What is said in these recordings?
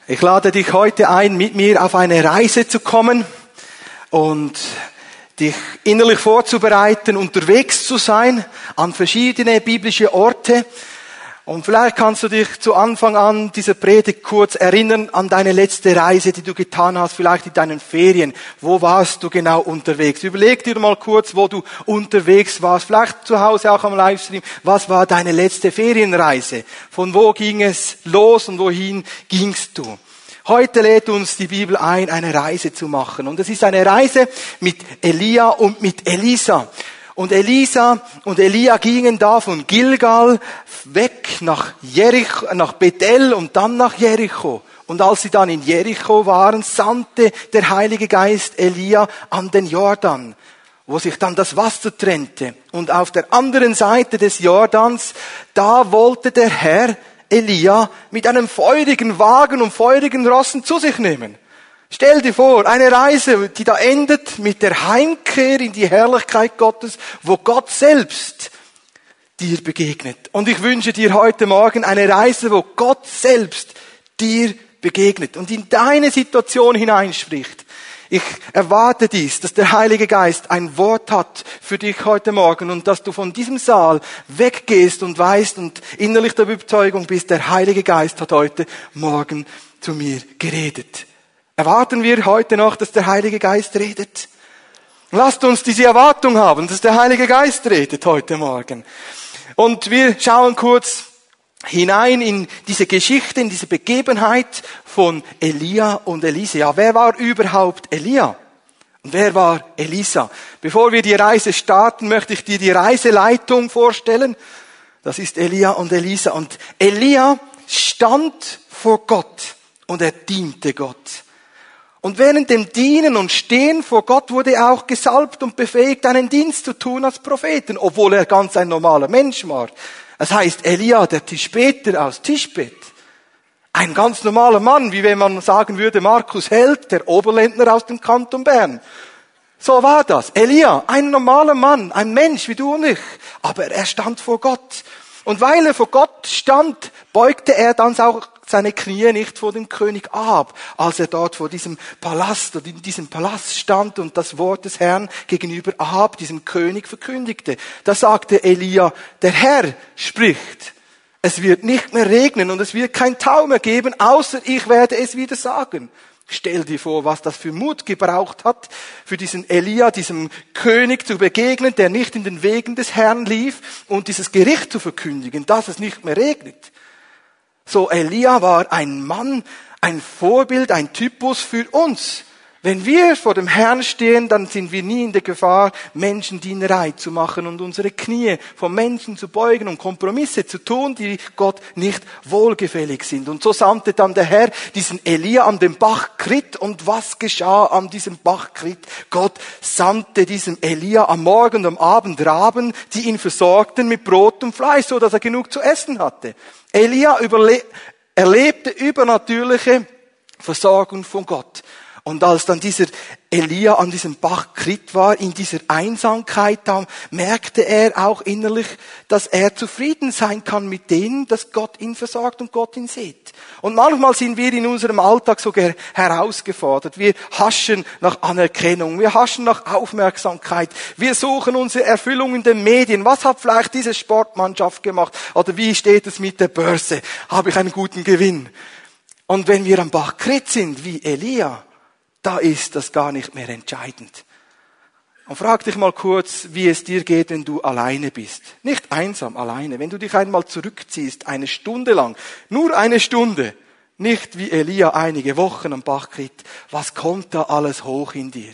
Ich lade dich heute ein, mit mir auf eine Reise zu kommen und dich innerlich vorzubereiten, unterwegs zu sein an verschiedene biblische Orte. Und vielleicht kannst du dich zu Anfang an dieser Predigt kurz erinnern an deine letzte Reise, die du getan hast, vielleicht in deinen Ferien. Wo warst du genau unterwegs? Überleg dir mal kurz, wo du unterwegs warst. Vielleicht zu Hause auch am Livestream. Was war deine letzte Ferienreise? Von wo ging es los und wohin gingst du? Heute lädt uns die Bibel ein, eine Reise zu machen. Und es ist eine Reise mit Elia und mit Elisa. Und Elisa und Elia gingen da von Gilgal weg nach Bethel und dann nach Jericho. Und als sie dann in Jericho waren, sandte der Heilige Geist Elia an den Jordan, wo sich dann das Wasser trennte. Und auf der anderen Seite des Jordans, da wollte der Herr Elia mit einem feurigen Wagen und feurigen Rossen zu sich nehmen. Stell dir vor, eine Reise, die da endet mit der Heimkehr in die Herrlichkeit Gottes, wo Gott selbst dir begegnet. Und ich wünsche dir heute Morgen eine Reise, wo Gott selbst dir begegnet und in deine Situation hineinspricht. Ich erwarte dies, dass der Heilige Geist ein Wort hat für dich heute Morgen und dass du von diesem Saal weggehst und weißt und innerlich der Überzeugung bist, der Heilige Geist hat heute Morgen zu mir geredet. Erwarten wir heute noch, dass der Heilige Geist redet? Lasst uns diese Erwartung haben, dass der Heilige Geist redet heute Morgen. Und wir schauen kurz hinein in diese Geschichte, in diese Begebenheit von Elia und Elisa. Ja, wer war überhaupt Elia? Und wer war Elisa? Bevor wir die Reise starten, möchte ich dir die Reiseleitung vorstellen. Das ist Elia und Elisa. Und Elia stand vor Gott und er diente Gott. Und während dem Dienen und Stehen vor Gott wurde er auch gesalbt und befähigt, einen Dienst zu tun als Propheten, obwohl er ganz ein normaler Mensch war. Das heißt, Elia, der Tischbeter aus Tischbet, ein ganz normaler Mann, wie wenn man sagen würde, Markus Held, der Oberländler aus dem Kanton Bern. So war das. Elia, ein normaler Mann, ein Mensch wie du und ich, aber er stand vor Gott. Und weil er vor Gott stand, beugte er dann auch seine Knie nicht vor dem König Ahab, als er dort vor diesem Palast oder in diesem Palast stand und das Wort des Herrn gegenüber Ahab, diesem König, verkündigte. Da sagte Elia, der Herr spricht, es wird nicht mehr regnen und es wird kein Tau mehr geben, außer ich werde es wieder sagen. Stell dir vor, was das für Mut gebraucht hat, für diesen Elia, diesem König zu begegnen, der nicht in den Wegen des Herrn lief und dieses Gericht zu verkündigen, dass es nicht mehr regnet. So, Elia war ein Mann, ein Vorbild, ein Typus für uns. Wenn wir vor dem Herrn stehen, dann sind wir nie in der Gefahr, Menschendienerei zu machen und unsere Knie vom Menschen zu beugen und Kompromisse zu tun, die Gott nicht wohlgefällig sind. Und so sandte dann der Herr diesen Elia an den Bach Krit. Und was geschah an diesem Bach Krit? Gott sandte diesem Elia am Morgen und am Abend Raben, die ihn versorgten mit Brot und Fleisch, so dass er genug zu essen hatte. Elia erlebte übernatürliche Versorgung von Gott. Und als dann dieser Elia an diesem Bach Krit war, in dieser Einsamkeit, da merkte er auch innerlich, dass er zufrieden sein kann mit dem, dass Gott ihn versorgt und Gott ihn sieht. Und manchmal sind wir in unserem Alltag so herausgefordert. Wir haschen nach Anerkennung, wir haschen nach Aufmerksamkeit, wir suchen unsere Erfüllung in den Medien. Was hat vielleicht diese Sportmannschaft gemacht? Oder wie steht es mit der Börse? Habe ich einen guten Gewinn? Und wenn wir am Bach Krit sind, wie Elia, da ist das gar nicht mehr entscheidend. Und frag dich mal kurz, wie es dir geht, wenn du alleine bist. Nicht einsam, alleine. Wenn du dich einmal zurückziehst, eine Stunde lang, nur eine Stunde, nicht wie Elia einige Wochen am Bach Krit. Was kommt da alles hoch in dir?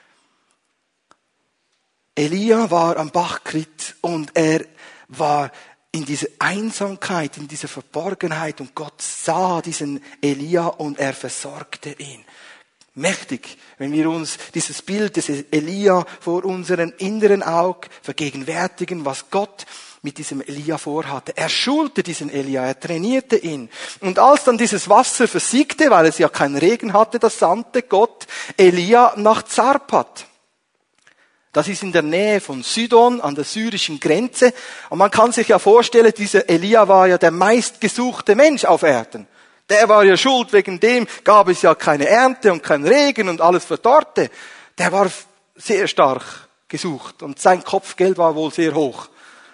Elia war am Bach Krit und er war in dieser Einsamkeit, in dieser Verborgenheit und Gott sah diesen Elia und er versorgte ihn. Mächtig, wenn wir uns dieses Bild des Elia vor unserem inneren Auge vergegenwärtigen, was Gott mit diesem Elia vorhatte. Er schulte diesen Elia, er trainierte ihn. Und als dann dieses Wasser versiegte, weil es ja keinen Regen hatte, da sandte Gott Elia nach Zarpat. Das ist in der Nähe von Sidon, an der syrischen Grenze. Und man kann sich ja vorstellen, dieser Elia war ja der meistgesuchte Mensch auf Erden. Der war ja schuld, wegen dem gab es ja keine Ernte und keinen Regen und alles verdorrte. Der war sehr stark gesucht und sein Kopfgeld war wohl sehr hoch.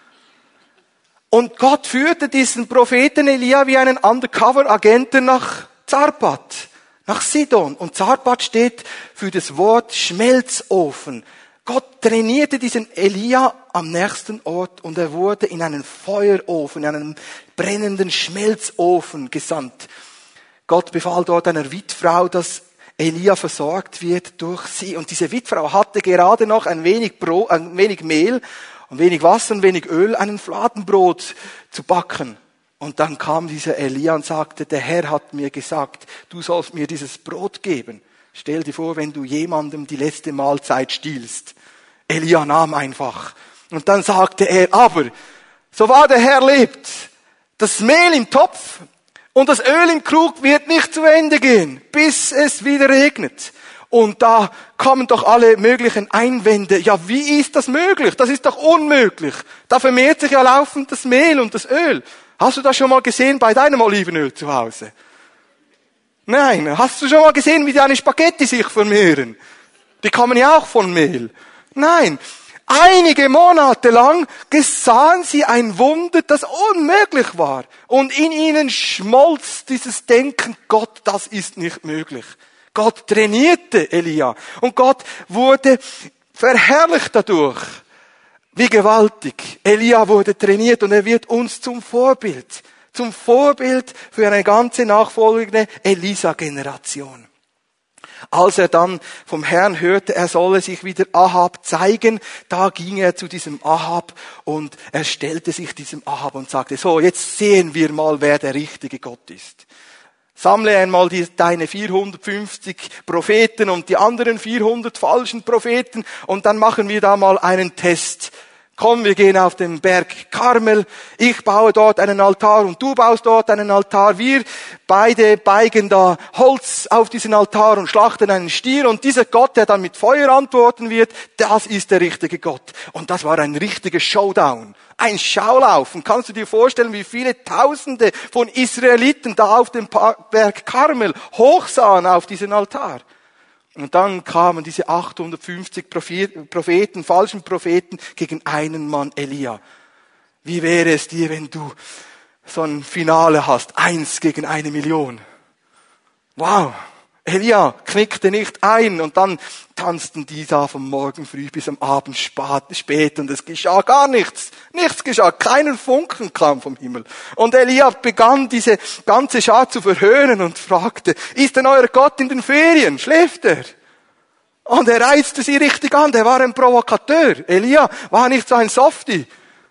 Und Gott führte diesen Propheten Elia wie einen Undercover-Agenten nach Zarpat, nach Sidon. Und Zarpat steht für das Wort Schmelzofen. Gott trainierte diesen Elia am nächsten Ort und er wurde in einen Feuerofen, in einen brennenden Schmelzofen gesandt. Gott befahl dort einer Witfrau, dass Elia versorgt wird durch sie. Und diese Witfrau hatte gerade noch ein wenig Brot, ein wenig Mehl, ein wenig Wasser, ein wenig Öl, ein Fladenbrot zu backen. Und dann kam dieser Elia und sagte, der Herr hat mir gesagt, du sollst mir dieses Brot geben. Stell dir vor, wenn du jemandem die letzte Mahlzeit stiehlst. Elia nahm einfach. Und dann sagte er, aber, so wahr der Herr lebt, das Mehl im Topf und das Öl im Krug wird nicht zu Ende gehen, bis es wieder regnet. Und da kommen doch alle möglichen Einwände. Ja, wie ist das möglich? Das ist doch unmöglich. Da vermehrt sich ja laufend das Mehl und das Öl. Hast du das schon mal gesehen bei deinem Olivenöl zu Hause? Nein. Hast du schon mal gesehen, wie deine Spaghetti sich vermehren? Die kommen ja auch von Mehl. Nein. Einige Monate lang sahen sie ein Wunder, das unmöglich war. Und in ihnen schmolz dieses Denken, Gott, das ist nicht möglich. Gott trainierte Elia und Gott wurde verherrlicht dadurch. Wie gewaltig. Elia wurde trainiert und er wird uns zum Vorbild für eine ganze nachfolgende Elisa-Generation. Als er dann vom Herrn hörte, er solle sich wieder Ahab zeigen, da ging er zu diesem Ahab und er stellte sich diesem Ahab und sagte, so, jetzt sehen wir mal, wer der richtige Gott ist. Sammle einmal deine 450 Propheten und die anderen 400 falschen Propheten und dann machen wir da mal einen Test. Komm, wir gehen auf den Berg Karmel. Ich baue dort einen Altar und du baust dort einen Altar. Wir beide beigen da Holz auf diesen Altar und schlachten einen Stier. Und dieser Gott, der dann mit Feuer antworten wird, das ist der richtige Gott. Und das war ein richtiger Showdown. Ein Schaulaufen. Kannst du dir vorstellen, wie viele Tausende von Israeliten da auf dem Berg Karmel hochsahen auf diesen Altar? Und dann kamen diese 850 Propheten, falschen Propheten, gegen einen Mann, Elia. Wie wäre es dir, wenn du so ein Finale hast? 1 gegen 1 Million. Wow. Elia knickte nicht ein und dann tanzten die da vom Morgen früh bis am Abend spät und es geschah gar nichts. Nichts geschah, keinen Funken kam vom Himmel. Und Elia begann diese ganze Schar zu verhöhnen und fragte, ist denn euer Gott in den Ferien? Schläft er? Und er reizte sie richtig an, der war ein Provokateur. Elia war nicht so ein Softie.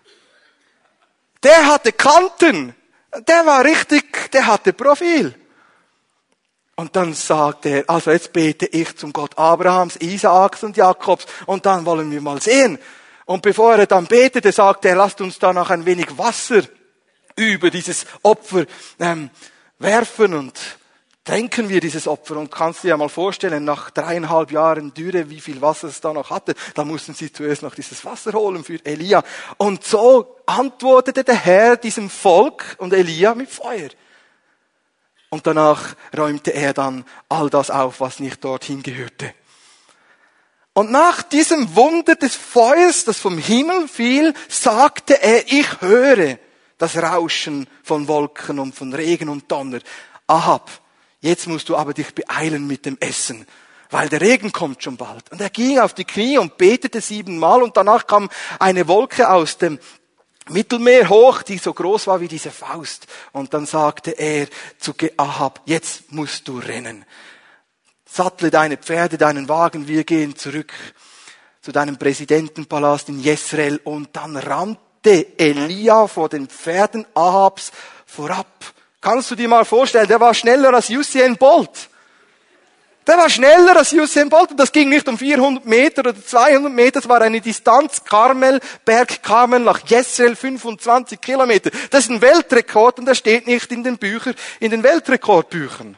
Der hatte Kanten, der war richtig, der hatte Profil. Und dann sagte er, also jetzt bete ich zum Gott Abrahams, Isaaks und Jakobs und dann wollen wir mal sehen. Und bevor er dann betete, sagte er, lasst uns da noch ein wenig Wasser über dieses Opfer werfen und tränken wir dieses Opfer. Und kannst dir ja mal vorstellen, nach 3,5 Jahren Dürre, wie viel Wasser es da noch hatte, da mussten sie zuerst noch dieses Wasser holen für Elia. Und so antwortete der Herr diesem Volk und Elia mit Feuer. Und danach räumte er dann all das auf, was nicht dorthin gehörte. Und nach diesem Wunder des Feuers, das vom Himmel fiel, sagte er, ich höre das Rauschen von Wolken und von Regen und Donner. Ahab, jetzt musst du aber dich beeilen mit dem Essen, weil der Regen kommt schon bald. Und er ging auf die Knie und betete 7-mal und danach kam eine Wolke aus dem Mittelmeer hoch, die so groß war wie diese Faust. Und dann sagte er zu Ahab, jetzt musst du rennen. Sattle deine Pferde, deinen Wagen, wir gehen zurück zu deinem Präsidentenpalast in Jezreel. Und dann rannte Elia vor den Pferden Ahabs vorab. Kannst du dir mal vorstellen, der war schneller als Usain Bolt. Der war schneller als Usain Bolt. Und das ging nicht um 400 Meter oder 200 Meter. Das war eine Distanz, Berg Karmel nach Jezreel, 25 Kilometer. Das ist ein Weltrekord und der steht nicht in den Weltrekordbüchern.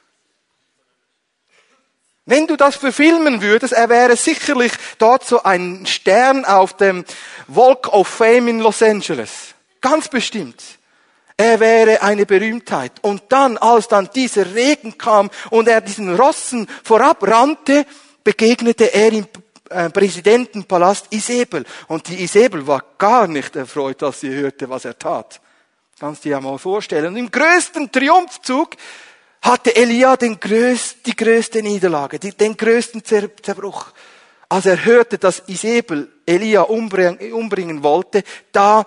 Wenn du das verfilmen würdest, er wäre sicherlich dort so ein Stern auf dem Walk of Fame in Los Angeles. Ganz bestimmt. Er wäre eine Berühmtheit. Und dann, als dann dieser Regen kam und er diesen Rossen vorab rannte, begegnete er im Präsidentenpalast Isabel. Und die Isabel war gar nicht erfreut, als sie hörte, was er tat. Kannst du dir ja mal vorstellen. Und im größten Triumphzug hatte Elia die größte Niederlage, den größten Zerbruch. Als er hörte, dass Isabel Elia umbringen wollte, da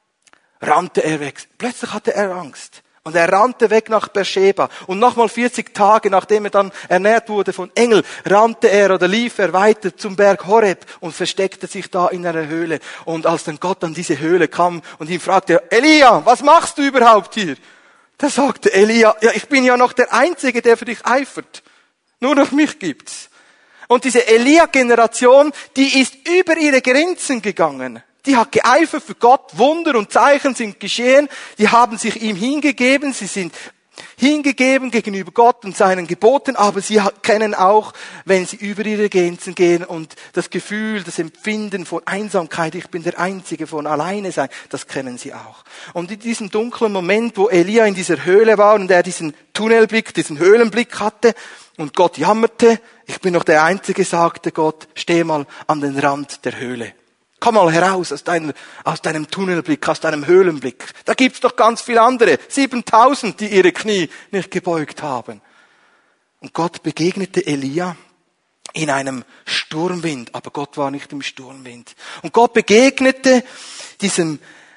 rannte er weg. Plötzlich hatte er Angst. Und er rannte weg nach Beersheba. Und nochmal 40 Tage, nachdem er dann ernährt wurde von Engel, lief er weiter zum Berg Horeb und versteckte sich da in einer Höhle. Und als dann Gott an diese Höhle kam und ihn fragte, Elia, was machst du überhaupt hier? Da sagte Elia, ja, ich bin ja noch der Einzige, der für dich eifert. Nur noch mich gibt's. Und diese Elia-Generation, die ist über ihre Grenzen gegangen. Die hat geeifert für Gott, Wunder und Zeichen sind geschehen, die haben sich ihm hingegeben, sie sind hingegeben gegenüber Gott und seinen Geboten, aber sie kennen auch, wenn sie über ihre Grenzen gehen und das Gefühl, das Empfinden von Einsamkeit, ich bin der Einzige, von alleine sein, das kennen sie auch. Und in diesem dunklen Moment, wo Elia in dieser Höhle war und er diesen Tunnelblick, diesen Höhlenblick hatte und Gott jammerte, ich bin noch der Einzige, sagte Gott, steh mal an den Rand der Höhle. Komm mal heraus aus deinem Tunnelblick, aus deinem Höhlenblick. Da gibt's doch ganz viele andere. 7000, die ihre Knie nicht gebeugt haben. Und Gott begegnete Elia in einem Sturmwind. Aber Gott war nicht im Sturmwind. Und Gott begegnete diesem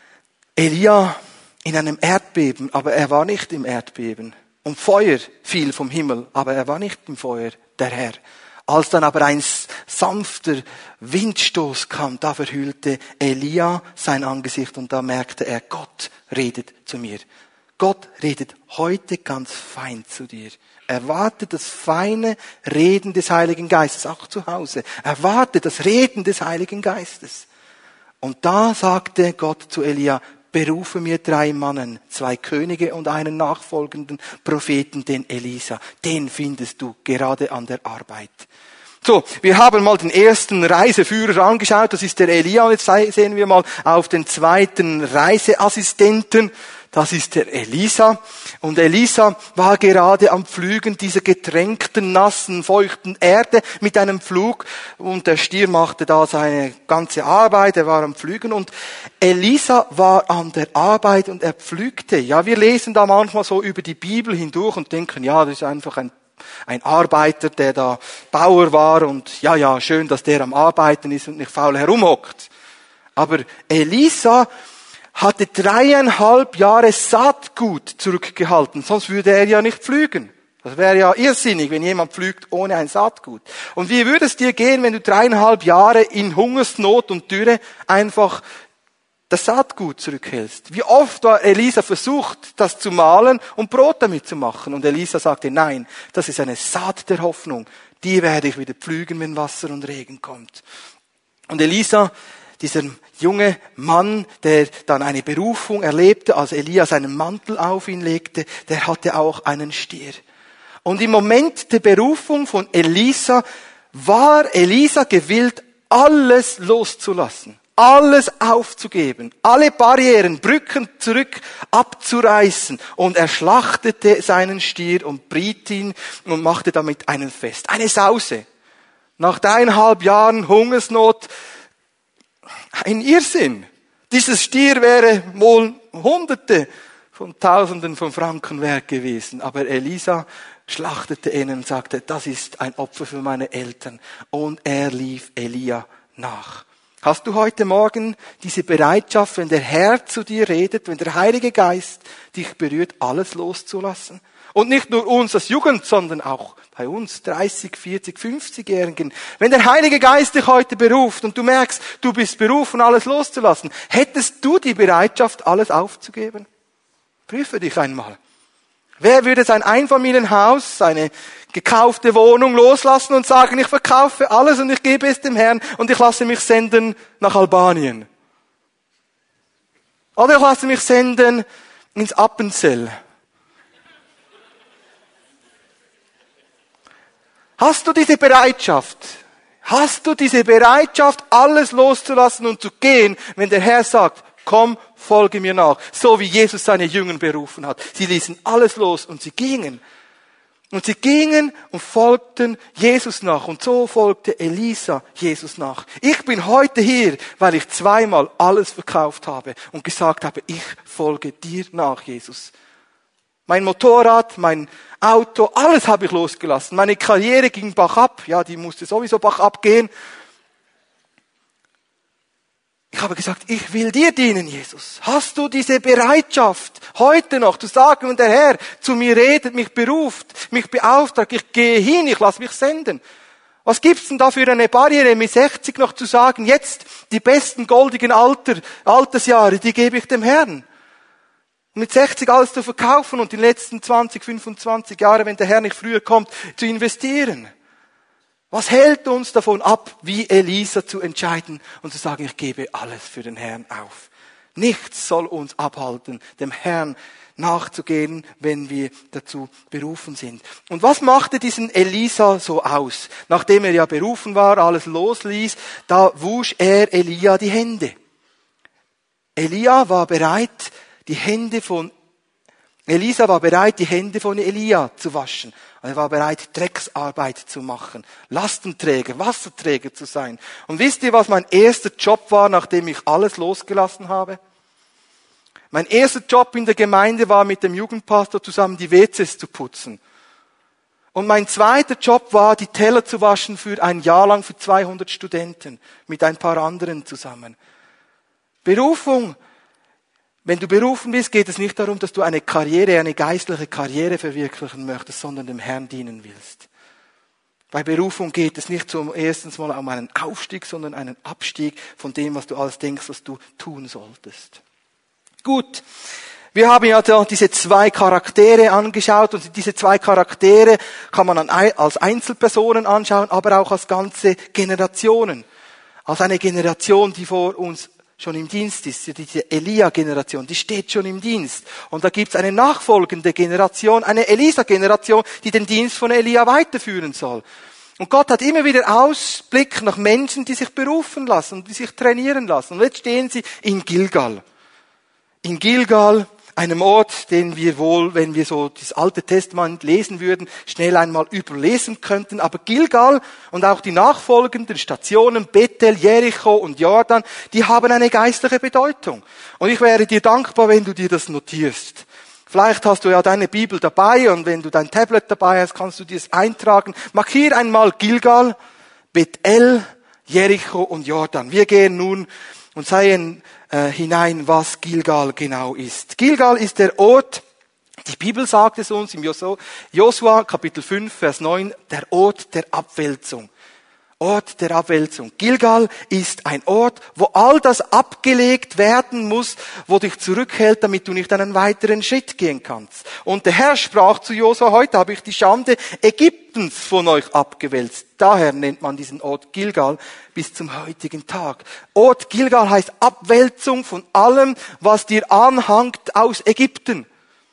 Elia in einem Erdbeben. Aber er war nicht im Erdbeben. Und Feuer fiel vom Himmel. Aber er war nicht im Feuer, der Herr. Als dann aber ein sanfter Windstoß kam, da verhüllte Elia sein Angesicht und da merkte er, Gott redet zu mir. Gott redet heute ganz fein zu dir. Erwarte das feine Reden des Heiligen Geistes, auch zu Hause. Erwarte das Reden des Heiligen Geistes. Und da sagte Gott zu Elia, berufe mir 3 Mannen, 2 Könige und einen nachfolgenden Propheten, den Elisa. Den findest du gerade an der Arbeit. So, wir haben mal den ersten Reiseführer angeschaut, das ist der Elia. Und jetzt sehen wir mal auf den zweiten Reiseassistenten. Das ist der Elisa. Und Elisa war gerade am Pflügen dieser getränkten, nassen, feuchten Erde mit einem Pflug. Und der Stier machte da seine ganze Arbeit. Er war am Pflügen. Und Elisa war an der Arbeit und er pflügte. Ja, wir lesen da manchmal so über die Bibel hindurch und denken, ja, das ist einfach ein Arbeiter, der da Bauer war. Und ja, schön, dass der am Arbeiten ist und nicht faul herumhockt. Aber Elisa hatte 3,5 Jahre Saatgut zurückgehalten, sonst würde er ja nicht pflügen. Das wäre ja irrsinnig, wenn jemand pflügt ohne ein Saatgut. Und wie würde es dir gehen, wenn du 3,5 Jahre in Hungersnot und Dürre einfach das Saatgut zurückhältst? Wie oft war Elisa versucht, das zu mahlen und Brot damit zu machen? Und Elisa sagte, nein, das ist eine Saat der Hoffnung. Die werde ich wieder pflügen, wenn Wasser und Regen kommt. Und Elisa, dieser junge Mann, der dann eine Berufung erlebte, als Elia seinen Mantel auf ihn legte, der hatte auch einen Stier. Und im Moment der Berufung von Elisa war Elisa gewillt, alles loszulassen, alles aufzugeben, alle Barrieren, Brücken zurück abzureißen. Und er schlachtete seinen Stier und briet ihn und machte damit einen Fest. Eine Sause. Nach 3,5 Jahren Hungersnot, ein Irrsinn. Dieses Stier wäre wohl Hunderte von Tausenden von Franken wert gewesen. Aber Elisa schlachtete ihn und sagte, das ist ein Opfer für meine Eltern. Und er lief Elia nach. Hast du heute Morgen diese Bereitschaft, wenn der Herr zu dir redet, wenn der Heilige Geist dich berührt, alles loszulassen? Und nicht nur uns als Jugend, sondern auch bei uns 30, 40, 50-Jährigen. Wenn der Heilige Geist dich heute beruft und du merkst, du bist berufen, alles loszulassen, hättest du die Bereitschaft, alles aufzugeben? Prüfe dich einmal. Wer würde sein Einfamilienhaus, seine gekaufte Wohnung loslassen und sagen, ich verkaufe alles und ich gebe es dem Herrn und ich lasse mich senden nach Albanien? Oder ich lasse mich senden ins Appenzell? Hast du diese Bereitschaft? Hast du diese Bereitschaft, alles loszulassen und zu gehen, wenn der Herr sagt, komm, folge mir nach. So wie Jesus seine Jünger berufen hat. Sie ließen alles los und sie gingen. Und sie gingen und folgten Jesus nach. Und so folgte Elisa Jesus nach. Ich bin heute hier, weil ich zweimal alles verkauft habe und gesagt habe, ich folge dir nach, Jesus. Mein Motorrad, mein Auto, alles habe ich losgelassen. Meine Karriere ging bachab. Ja, die musste sowieso bachab gehen. Ich habe gesagt, ich will dir dienen, Jesus. Hast du diese Bereitschaft, heute noch zu sagen, und der Herr zu mir redet, mich beruft, mich beauftragt, ich gehe hin, ich lasse mich senden. Was gibt's denn da für eine Barriere, mit 60 noch zu sagen, jetzt die besten goldigen Altersjahre, die gebe ich dem Herrn. Mit 60 alles zu verkaufen und die letzten 20, 25 Jahre, wenn der Herr nicht früher kommt, zu investieren. Was hält uns davon ab, wie Elisa zu entscheiden und zu sagen, ich gebe alles für den Herrn auf? Nichts soll uns abhalten, dem Herrn nachzugehen, wenn wir dazu berufen sind. Und was machte diesen Elisa so aus? Nachdem er ja berufen war, alles losließ, da wusch er Elia die Hände. Elisa war bereit, die Hände von Elia zu waschen. Er war bereit, Drecksarbeit zu machen, Lastenträger, Wasserträger zu sein. Und wisst ihr, was mein erster Job war, nachdem ich alles losgelassen habe? Mein erster Job in der Gemeinde war, mit dem Jugendpastor zusammen die WCs zu putzen. Und mein zweiter Job war, die Teller zu waschen für ein Jahr lang für 200 Studenten, mit ein paar anderen zusammen. Berufung. Wenn du berufen bist, geht es nicht darum, dass du eine geistliche Karriere verwirklichen möchtest, sondern dem Herrn dienen willst. Bei Berufung geht es nicht erstens mal um einen Aufstieg, sondern einen Abstieg von dem, was du alles denkst, was du tun solltest. Gut. Wir haben ja diese zwei Charaktere angeschaut und diese zwei Charaktere kann man als Einzelpersonen anschauen, aber auch als ganze Generationen. Als eine Generation, die vor uns schon im Dienst ist, diese Elia-Generation, die steht schon im Dienst. Und da gibt's eine nachfolgende Generation, eine Elisa-Generation, die den Dienst von Elia weiterführen soll. Und Gott hat immer wieder Ausblick nach Menschen, die sich berufen lassen und die sich trainieren lassen. Und jetzt stehen sie in Gilgal. In Gilgal, einem Ort, den wir wohl, wenn wir so das Alte Testament lesen würden, schnell einmal überlesen könnten. Aber Gilgal und auch die nachfolgenden Stationen, Bethel, Jericho und Jordan, die haben eine geistliche Bedeutung. Und ich wäre dir dankbar, wenn du dir das notierst. Vielleicht hast du ja deine Bibel dabei und wenn du dein Tablet dabei hast, kannst du dir das eintragen. Markier einmal Gilgal, Bethel, Jericho und Jordan. Wir gehen nun und sehen hinein, was Gilgal genau ist. Gilgal ist der Ort, die Bibel sagt es uns im Josua Kapitel 5, Vers 9, der Ort der Abwälzung. Ort der Abwälzung. Gilgal ist ein Ort, wo all das abgelegt werden muss, wo dich zurückhält, damit du nicht einen weiteren Schritt gehen kannst. Und der Herr sprach zu Josua, heute habe ich die Schande Ägyptens von euch abgewälzt. Daher nennt man diesen Ort Gilgal bis zum heutigen Tag. Ort Gilgal heißt Abwälzung von allem, was dir anhangt aus Ägypten.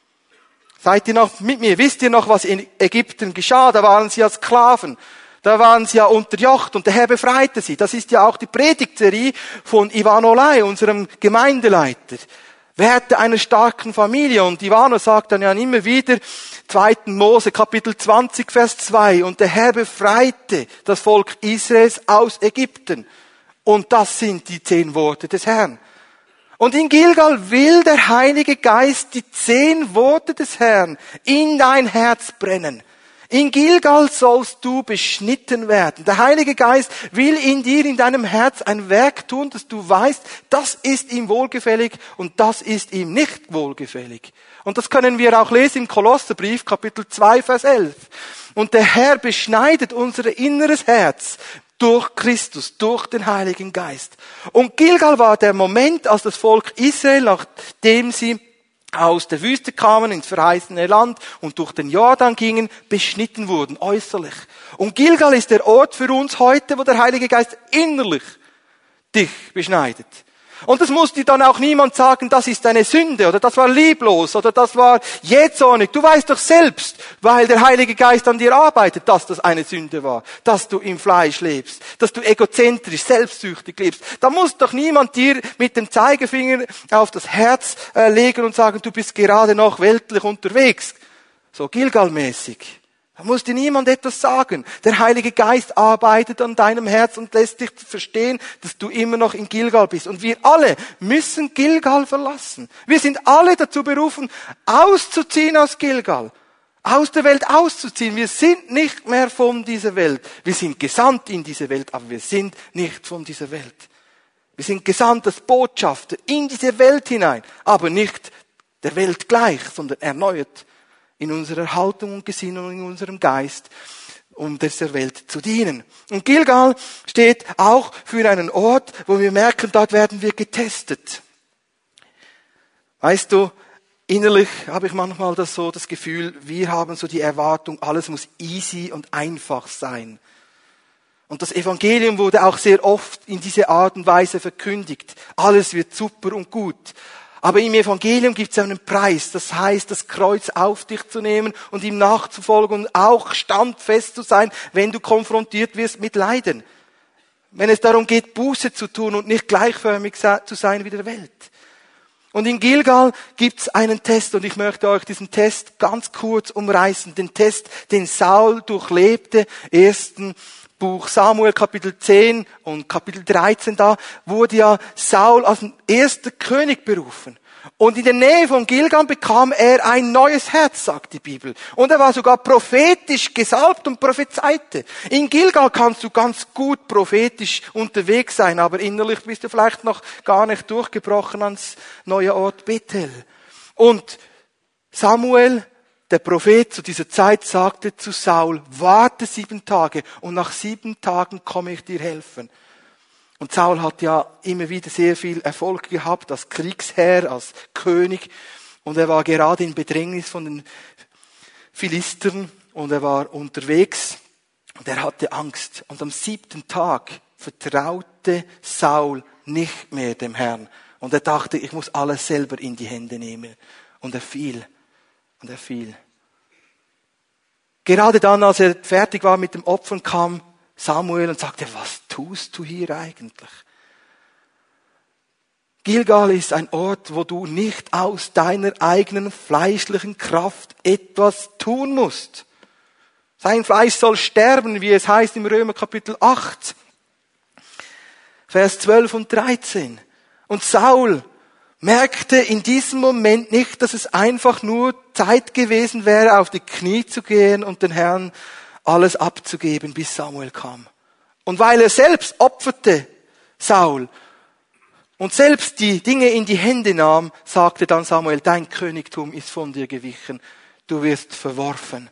Seid ihr noch mit mir? Wisst ihr noch, was in Ägypten geschah? Da waren sie als Sklaven. Da waren sie ja unterjocht und der Herr befreite sie. Das ist ja auch die Predigtserie von Ivan Olay, unserem Gemeindeleiter. Werte einer starken Familie. Und Ivano sagt dann ja immer wieder, 2. Mose Kapitel 20, Vers 2, und der Herr befreite das Volk Israels aus Ägypten. Und das sind die 10 Worte des Herrn. Und in Gilgal will der Heilige Geist die 10 Worte des Herrn in dein Herz brennen. In Gilgal sollst du beschnitten werden. Der Heilige Geist will in dir, in deinem Herz ein Werk tun, dass du weißt, das ist ihm wohlgefällig und das ist ihm nicht wohlgefällig. Und das können wir auch lesen im Kolosserbrief, Kapitel 2, Vers 11. Und der Herr beschneidet unser inneres Herz durch Christus, durch den Heiligen Geist. Und Gilgal war der Moment, als das Volk Israel, nachdem sie aus der Wüste kamen ins verheißene Land und durch den Jordan gingen, beschnitten wurden, äußerlich. Und Gilgal ist der Ort für uns heute, wo der Heilige Geist innerlich dich beschneidet. Und das muss dir dann auch niemand sagen, das ist eine Sünde oder das war lieblos oder das war jähzornig. Du weißt doch selbst, weil der Heilige Geist an dir arbeitet, dass das eine Sünde war, dass du im Fleisch lebst, dass du egozentrisch, selbstsüchtig lebst. Da muss doch niemand dir mit dem Zeigefinger auf das Herz legen und sagen, du bist gerade noch weltlich unterwegs. So Gilgal-mäßig. Da muss dir niemand etwas sagen. Der Heilige Geist arbeitet an deinem Herz und lässt dich verstehen, dass du immer noch in Gilgal bist. Und wir alle müssen Gilgal verlassen. Wir sind alle dazu berufen, auszuziehen aus Gilgal. Aus der Welt auszuziehen. Wir sind nicht mehr von dieser Welt. Wir sind gesandt in diese Welt, aber wir sind nicht von dieser Welt. Wir sind gesandt als Botschafter in diese Welt hinein, aber nicht der Welt gleich, sondern erneuert in unserer Haltung und Gesinnung, in unserem Geist, um dieser Welt zu dienen. Und Gilgal steht auch für einen Ort, wo wir merken, dort werden wir getestet. Weißt du, innerlich habe ich manchmal das Gefühl, wir haben so die Erwartung, alles muss easy und einfach sein. Und das Evangelium wurde auch sehr oft in diese Art und Weise verkündigt. Alles wird super und gut. Aber im Evangelium gibt es einen Preis. Das heißt, das Kreuz auf dich zu nehmen und ihm nachzufolgen und auch standfest zu sein, wenn du konfrontiert wirst mit Leiden. Wenn es darum geht, Buße zu tun und nicht gleichförmig zu sein wie der Welt. Und in Gilgal gibt es einen Test und ich möchte euch diesen Test ganz kurz umreißen. Den Test, den Saul durchlebte, 1. Buch Samuel Kapitel 10 und Kapitel 13, da wurde ja Saul als erster König berufen. Und in der Nähe von Gilgal bekam er ein neues Herz, sagt die Bibel. Und er war sogar prophetisch gesalbt und prophezeite. In Gilgal kannst du ganz gut prophetisch unterwegs sein, aber innerlich bist du vielleicht noch gar nicht durchgebrochen ans neue Ort Bethel. Und Samuel, der Prophet zu dieser Zeit, sagte zu Saul, warte 7 Tage und nach 7 Tagen komme ich dir helfen. Und Saul hat ja immer wieder sehr viel Erfolg gehabt als Kriegsherr, als König. Und er war gerade in Bedrängnis von den Philistern und er war unterwegs und er hatte Angst. Und am 7. Tag vertraute Saul nicht mehr dem Herrn. Und er dachte, ich muss alles selber in die Hände nehmen. Und er fiel. Und er fiel. Gerade dann, als er fertig war mit dem Opfern, kam Samuel und sagte, was tust du hier eigentlich? Gilgal ist ein Ort, wo du nicht aus deiner eigenen fleischlichen Kraft etwas tun musst. Sein Fleisch soll sterben, wie es heißt im Römer Kapitel 8, Vers 12 und 13. Und Saul merkte in diesem Moment nicht, dass es einfach nur Zeit gewesen wäre, auf die Knie zu gehen und den Herrn alles abzugeben, bis Samuel kam. Und weil er selbst opferte, Saul, und selbst die Dinge in die Hände nahm, sagte dann Samuel, dein Königtum ist von dir gewichen, du wirst verworfen.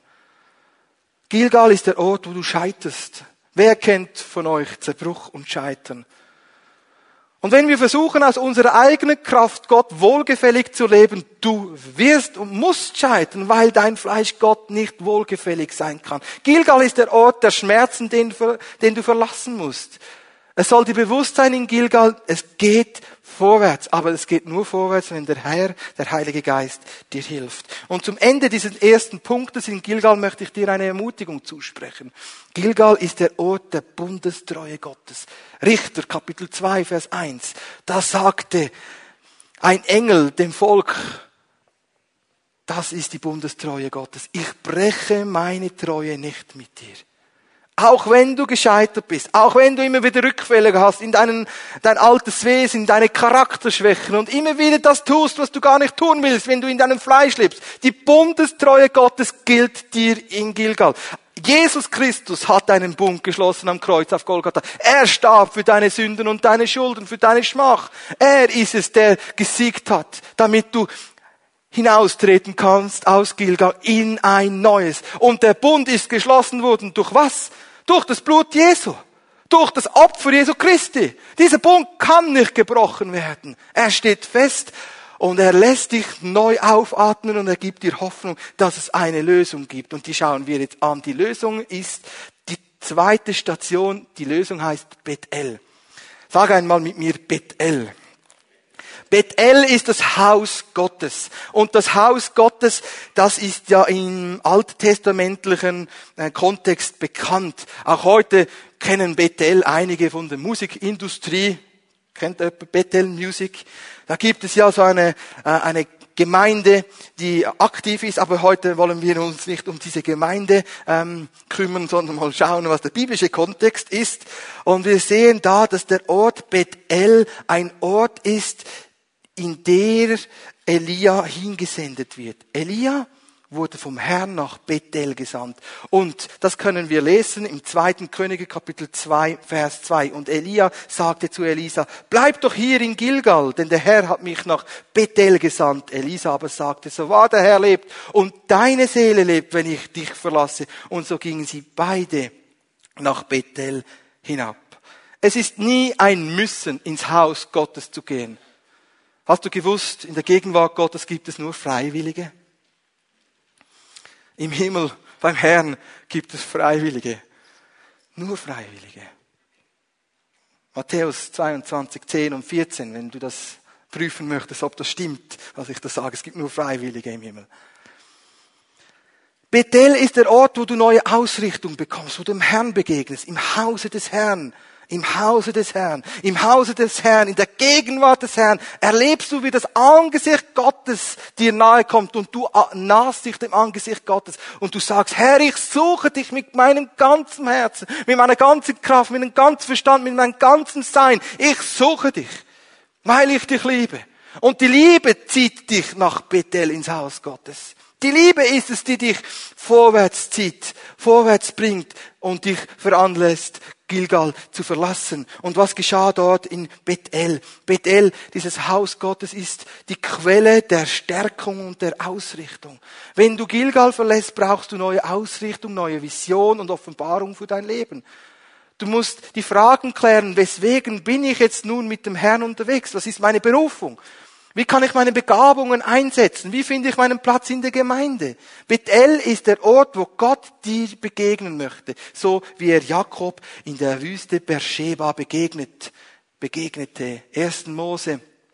Gilgal ist der Ort, wo du scheiterst. Wer kennt von euch Zerbruch und Scheitern? Und wenn wir versuchen, aus unserer eigenen Kraft Gott wohlgefällig zu leben, du wirst und musst scheitern, weil dein Fleisch Gott nicht wohlgefällig sein kann. Gilgal ist der Ort der Schmerzen, den du verlassen musst. Es soll dir bewusst sein in Gilgal, es geht vorwärts, aber es geht nur vorwärts, wenn der Herr, der Heilige Geist, dir hilft. Und zum Ende dieses ersten Punktes in Gilgal möchte ich dir eine Ermutigung zusprechen. Gilgal ist der Ort der Bundestreue Gottes. Richter, Kapitel 2, Vers 1. Da sagte ein Engel dem Volk, das ist die Bundestreue Gottes. Ich breche meine Treue nicht mit dir. Auch wenn du gescheitert bist, auch wenn du immer wieder Rückfälle hast in dein altes Wesen, in deine Charakterschwächen und immer wieder das tust, was du gar nicht tun willst, wenn du in deinem Fleisch lebst. Die Bundestreue Gottes gilt dir in Gilgal. Jesus Christus hat einen Bund geschlossen am Kreuz auf Golgatha. Er starb für deine Sünden und deine Schulden, für deine Schmach. Er ist es, der gesiegt hat, damit du hinaustreten kannst aus Gilgal in ein neues. Und der Bund ist geschlossen worden durch was? Durch das Blut Jesu. Durch das Opfer Jesu Christi. Dieser Bund kann nicht gebrochen werden. Er steht fest und er lässt dich neu aufatmen und er gibt dir Hoffnung, dass es eine Lösung gibt. Und die schauen wir jetzt an. Die Lösung ist die zweite Station. Die Lösung heißt Bethel. Sag einmal mit mir Bethel. Bethel ist das Haus Gottes. Und das Haus Gottes, das ist ja im alttestamentlichen Kontext bekannt. Auch heute kennen Bethel einige von der Musikindustrie. Kennt jemand Bethel Music? Da gibt es ja so eine Gemeinde, die aktiv ist, aber heute wollen wir uns nicht um diese Gemeinde kümmern, sondern mal schauen, was der biblische Kontext ist. Und wir sehen da, dass der Ort Bethel ein Ort ist, in der Elia hingesendet wird. Elia wurde vom Herrn nach Bethel gesandt. Und das können wir lesen im 2. Könige Kapitel 2, Vers 2. Und Elia sagte zu Elisa, bleib doch hier in Gilgal, denn der Herr hat mich nach Bethel gesandt. Elisa aber sagte, so wahr der Herr lebt und deine Seele lebt, wenn ich dich verlasse. Und so gingen sie beide nach Bethel hinab. Es ist nie ein Müssen, ins Haus Gottes zu gehen. Hast du gewusst, in der Gegenwart Gottes gibt es nur Freiwillige? Im Himmel, beim Herrn, gibt es Freiwillige. Nur Freiwillige. Matthäus 22, 10 und 14, wenn du das prüfen möchtest, ob das stimmt, was ich da sage. Es gibt nur Freiwillige im Himmel. Bethel ist der Ort, wo du neue Ausrichtung bekommst, wo du dem Herrn begegnest, im Hause des Herrn. Im Hause des Herrn, im Hause des Herrn, in der Gegenwart des Herrn, erlebst du, wie das Angesicht Gottes dir nahe kommt und du nahst dich dem Angesicht Gottes und du sagst, Herr, ich suche dich mit meinem ganzen Herzen, mit meiner ganzen Kraft, mit meinem ganzen Verstand, mit meinem ganzen Sein. Ich suche dich, weil ich dich liebe. Und die Liebe zieht dich nach Bethel ins Haus Gottes. Die Liebe ist es, die dich vorwärts zieht, vorwärts bringt und dich veranlasst, Gilgal zu verlassen. Und was geschah dort in Bethel? Bethel, dieses Haus Gottes, ist die Quelle der Stärkung und der Ausrichtung. Wenn du Gilgal verlässt, brauchst du neue Ausrichtung, neue Vision und Offenbarung für dein Leben. Du musst die Fragen klären, weswegen bin ich jetzt nun mit dem Herrn unterwegs? Was ist meine Berufung? Wie kann ich meine Begabungen einsetzen? Wie finde ich meinen Platz in der Gemeinde? Bethel ist der Ort, wo Gott dir begegnen möchte. So wie er Jakob in der Wüste Beersheba begegnete. 1. Mose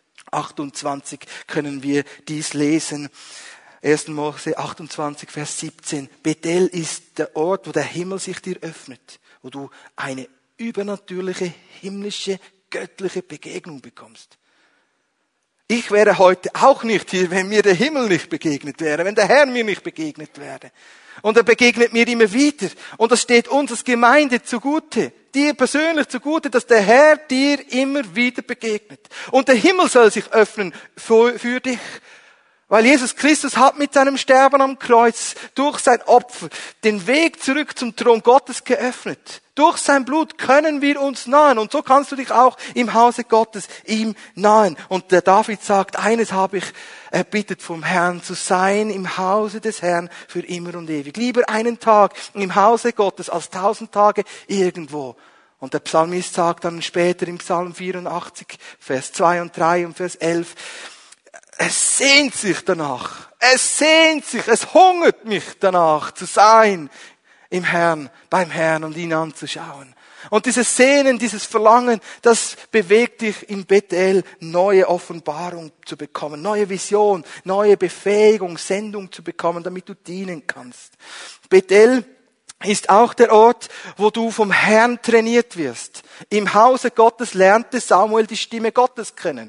28 können wir dies lesen. 1. Mose 28, Vers 17. Bethel ist der Ort, wo der Himmel sich dir öffnet. Wo du eine übernatürliche, himmlische, göttliche Begegnung bekommst. Ich wäre heute auch nicht hier, wenn mir der Himmel nicht begegnet wäre, wenn der Herr mir nicht begegnet wäre. Und er begegnet mir immer wieder. Und das steht uns als Gemeinde zugute, dir persönlich zugute, dass der Herr dir immer wieder begegnet. Und der Himmel soll sich öffnen für dich. Weil Jesus Christus hat mit seinem Sterben am Kreuz durch sein Opfer den Weg zurück zum Thron Gottes geöffnet. Durch sein Blut können wir uns nahen. Und so kannst du dich auch im Hause Gottes ihm nahen. Und der David sagt, eines habe ich erbittet vom Herrn, zu sein im Hause des Herrn für immer und ewig. Lieber einen Tag im Hause Gottes als 1000 Tage irgendwo. Und der Psalmist sagt dann später im Psalm 84, Vers 2 und 3 und Vers 11, es sehnt sich danach, es hungert mich danach zu sein im Herrn, beim Herrn und ihn anzuschauen. Und dieses Sehnen, dieses Verlangen, das bewegt dich in Bethel, neue Offenbarung zu bekommen, neue Vision, neue Befähigung, Sendung zu bekommen, damit du dienen kannst. Bethel ist auch der Ort, wo du vom Herrn trainiert wirst. Im Hause Gottes lernte Samuel die Stimme Gottes kennen.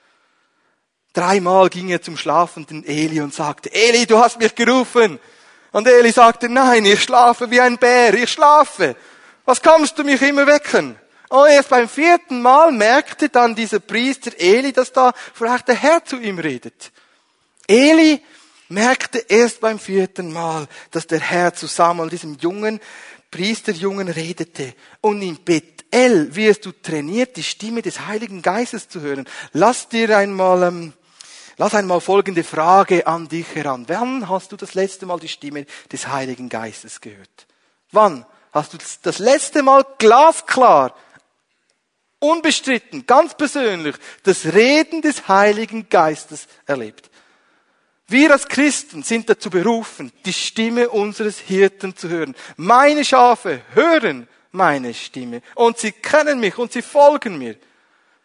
3-mal ging er zum schlafenden Eli und sagte, Eli, du hast mich gerufen. Und Eli sagte, nein, ich schlafe wie ein Bär, ich schlafe. Was kommst du mich immer wecken? Und erst beim 4. Mal merkte dann dieser Priester Eli, dass da vielleicht der Herr zu ihm redet. Eli merkte erst beim 4. Mal, dass der Herr zu Samuel, diesem Priesterjungen, redete. Und in Bethel wirst du trainiert, die Stimme des Heiligen Geistes zu hören. Lass einmal folgende Frage an dich heran. Wann hast du das letzte Mal die Stimme des Heiligen Geistes gehört? Wann hast du das letzte Mal glasklar, unbestritten, ganz persönlich das Reden des Heiligen Geistes erlebt? Wir als Christen sind dazu berufen, die Stimme unseres Hirten zu hören. Meine Schafe hören meine Stimme und sie kennen mich und sie folgen mir.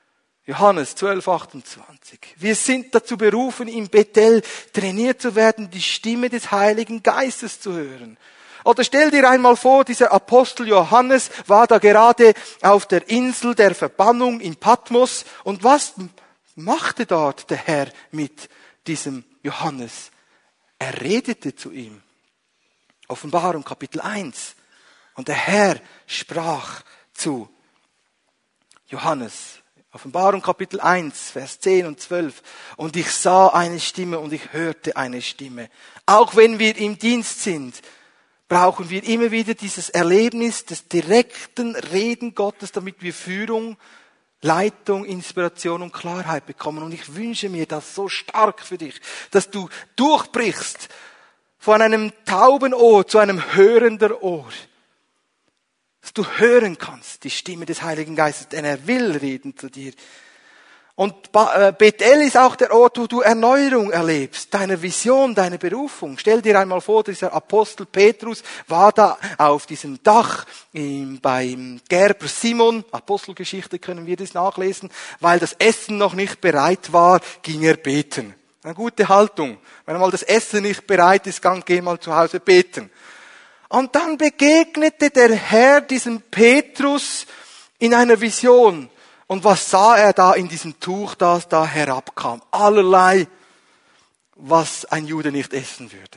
Johannes 12,28. Wir sind dazu berufen, im Bethel trainiert zu werden, die Stimme des Heiligen Geistes zu hören. Oder stell dir einmal vor, dieser Apostel Johannes war da gerade auf der Insel der Verbannung in Patmos. Und was machte dort der Herr mit diesem Johannes? Er redete zu ihm. Offenbarung Kapitel 1. Und der Herr sprach zu Johannes. Offenbarung Kapitel 1, Vers 10 und 12. Und ich sah eine Stimme und ich hörte eine Stimme. Auch wenn wir im Dienst sind, brauchen wir immer wieder dieses Erlebnis des direkten Reden Gottes, damit wir Führung, Leitung, Inspiration und Klarheit bekommen. Und ich wünsche mir das so stark für dich, dass du durchbrichst von einem tauben Ohr zu einem hörenden Ohr. Dass du hören kannst, die Stimme des Heiligen Geistes, denn er will reden zu dir. Und Bethel ist auch der Ort, wo du Erneuerung erlebst, deine Vision, deine Berufung. Stell dir einmal vor, dieser Apostel Petrus war da auf diesem Dach beim Gerber Simon, Apostelgeschichte können wir das nachlesen, weil das Essen noch nicht bereit war, ging er beten. Eine gute Haltung. Wenn einmal das Essen nicht bereit ist, dann geh mal zu Hause beten. Und dann begegnete der Herr diesem Petrus in einer Vision. Und was sah er da in diesem Tuch, das da herabkam? Allerlei, was ein Jude nicht essen würde.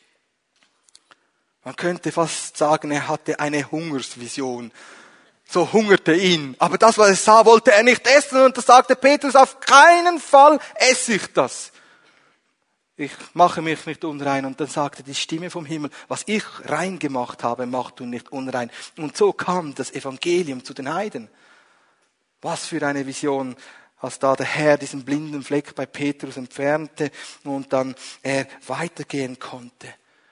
Man könnte fast sagen, er hatte eine Hungersvision. So hungerte ihn. Aber das, was er sah, wollte er nicht essen. Und da sagte Petrus, auf keinen Fall esse ich das. Ich mache mich nicht unrein. Und dann sagte die Stimme vom Himmel, was ich rein gemacht habe, mach du nicht unrein. Und so kam das Evangelium zu den Heiden. Was für eine Vision, als da der Herr diesen blinden Fleck bei Petrus entfernte und dann er weitergehen konnte.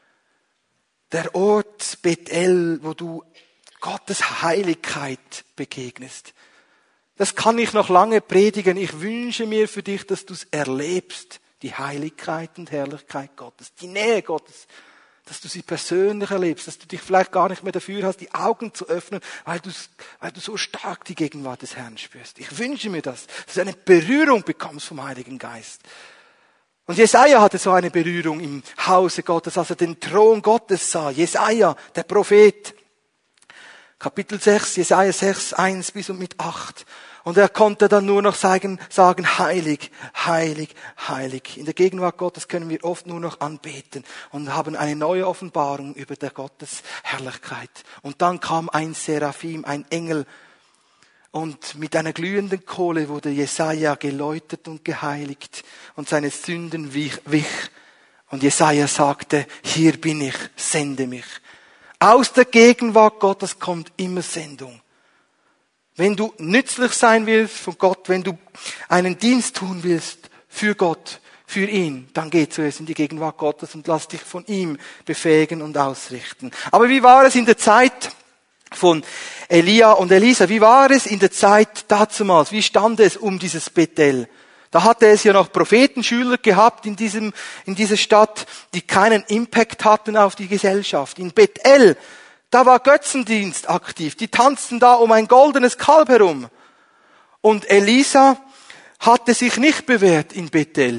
Der Ort Bethel, wo du Gottes Heiligkeit begegnest. Das kann ich noch lange predigen. Ich wünsche mir für dich, dass du es erlebst. Die Heiligkeit und Herrlichkeit Gottes, die Nähe Gottes, dass du sie persönlich erlebst, dass du dich vielleicht gar nicht mehr dafür hast, die Augen zu öffnen, weil du so stark die Gegenwart des Herrn spürst. Ich wünsche mir das, dass du eine Berührung bekommst vom Heiligen Geist. Und Jesaja hatte so eine Berührung im Hause Gottes, als er den Thron Gottes sah. Jesaja, der Prophet. Kapitel 6, Jesaja 6, 1 bis und mit 8. Und er konnte dann nur noch sagen, heilig, heilig, heilig. In der Gegenwart Gottes können wir oft nur noch anbeten und haben eine neue Offenbarung über der Gottes Herrlichkeit. Und dann kam ein Seraphim, ein Engel, und mit einer glühenden Kohle wurde Jesaja geläutert und geheiligt und seine Sünden wich. Und Jesaja sagte, hier bin ich, sende mich. Aus der Gegenwart Gottes kommt immer Sendung. Wenn du nützlich sein willst von Gott, wenn du einen Dienst tun willst für Gott, für ihn, dann geh zuerst in die Gegenwart Gottes und lass dich von ihm befähigen und ausrichten. Aber wie war es in der Zeit von Elia und Elisa? Wie war es in der Zeit dazumals? Wie stand es um dieses Bethel? Da hatte es ja noch Prophetenschüler gehabt in dieser Stadt, die keinen Impact hatten auf die Gesellschaft. In Bethel, da war Götzendienst aktiv. Die tanzten da um ein goldenes Kalb herum. Und Elisa hatte sich nicht bewährt in Bethel.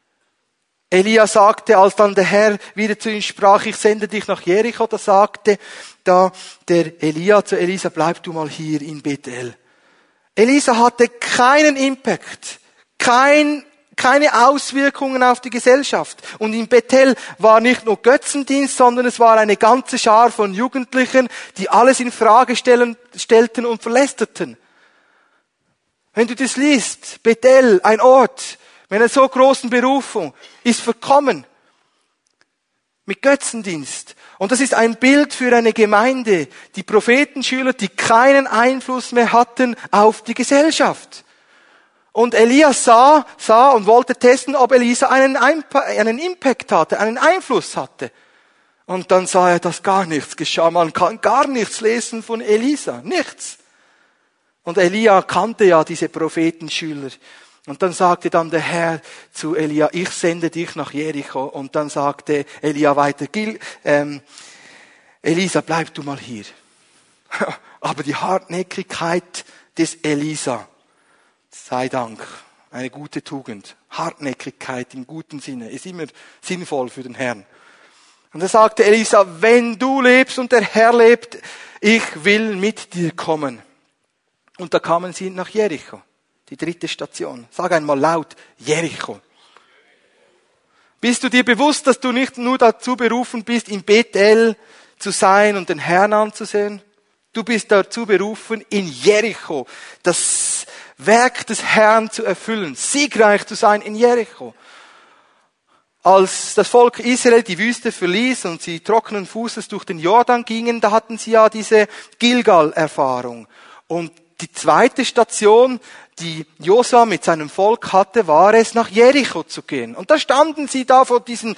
Elia sagte, als dann der Herr wieder zu ihm sprach, ich sende dich nach Jericho, da sagte da der Elia zu Elisa, bleib du mal hier in Bethel. Elisa hatte keinen Impact, keine Auswirkungen auf die Gesellschaft. Und in Bethel war nicht nur Götzendienst, sondern es war eine ganze Schar von Jugendlichen, die alles in Frage stellten und verlästerten. Wenn du das liest, Bethel, ein Ort mit einer so großen Berufung, ist verkommen mit Götzendienst. Und das ist ein Bild für eine Gemeinde, die Prophetenschüler, die keinen Einfluss mehr hatten auf die Gesellschaft. Und Elias sah und wollte testen, ob Elisa einen Impact hatte, einen Einfluss hatte. Und dann sah er, dass gar nichts geschah. Man kann gar nichts lesen von Elisa. Nichts. Und Elia kannte ja diese Prophetenschüler. Und dann sagte dann der Herr zu Elia, ich sende dich nach Jericho. Und dann sagte Elia weiter, Elisa, bleib du mal hier. Aber die Hartnäckigkeit des Elisa sei Dank, eine gute Tugend. Hartnäckigkeit im guten Sinne ist immer sinnvoll für den Herrn. Und da sagte Elisa, wenn du lebst und der Herr lebt, ich will mit dir kommen. Und da kamen sie nach Jericho, die 3. Station. Sag einmal laut, Jericho. Bist du dir bewusst, dass du nicht nur dazu berufen bist, in Bethel zu sein und den Herrn anzusehen? Du bist dazu berufen, in Jericho das Werk des Herrn zu erfüllen, siegreich zu sein in Jericho. Als das Volk Israel die Wüste verließ und sie trockenen Fußes durch den Jordan gingen, da hatten sie ja diese Gilgal-Erfahrung. Und die 2. Station, die Josua mit seinem Volk hatte, war es, nach Jericho zu gehen. Und da standen sie da vor diesen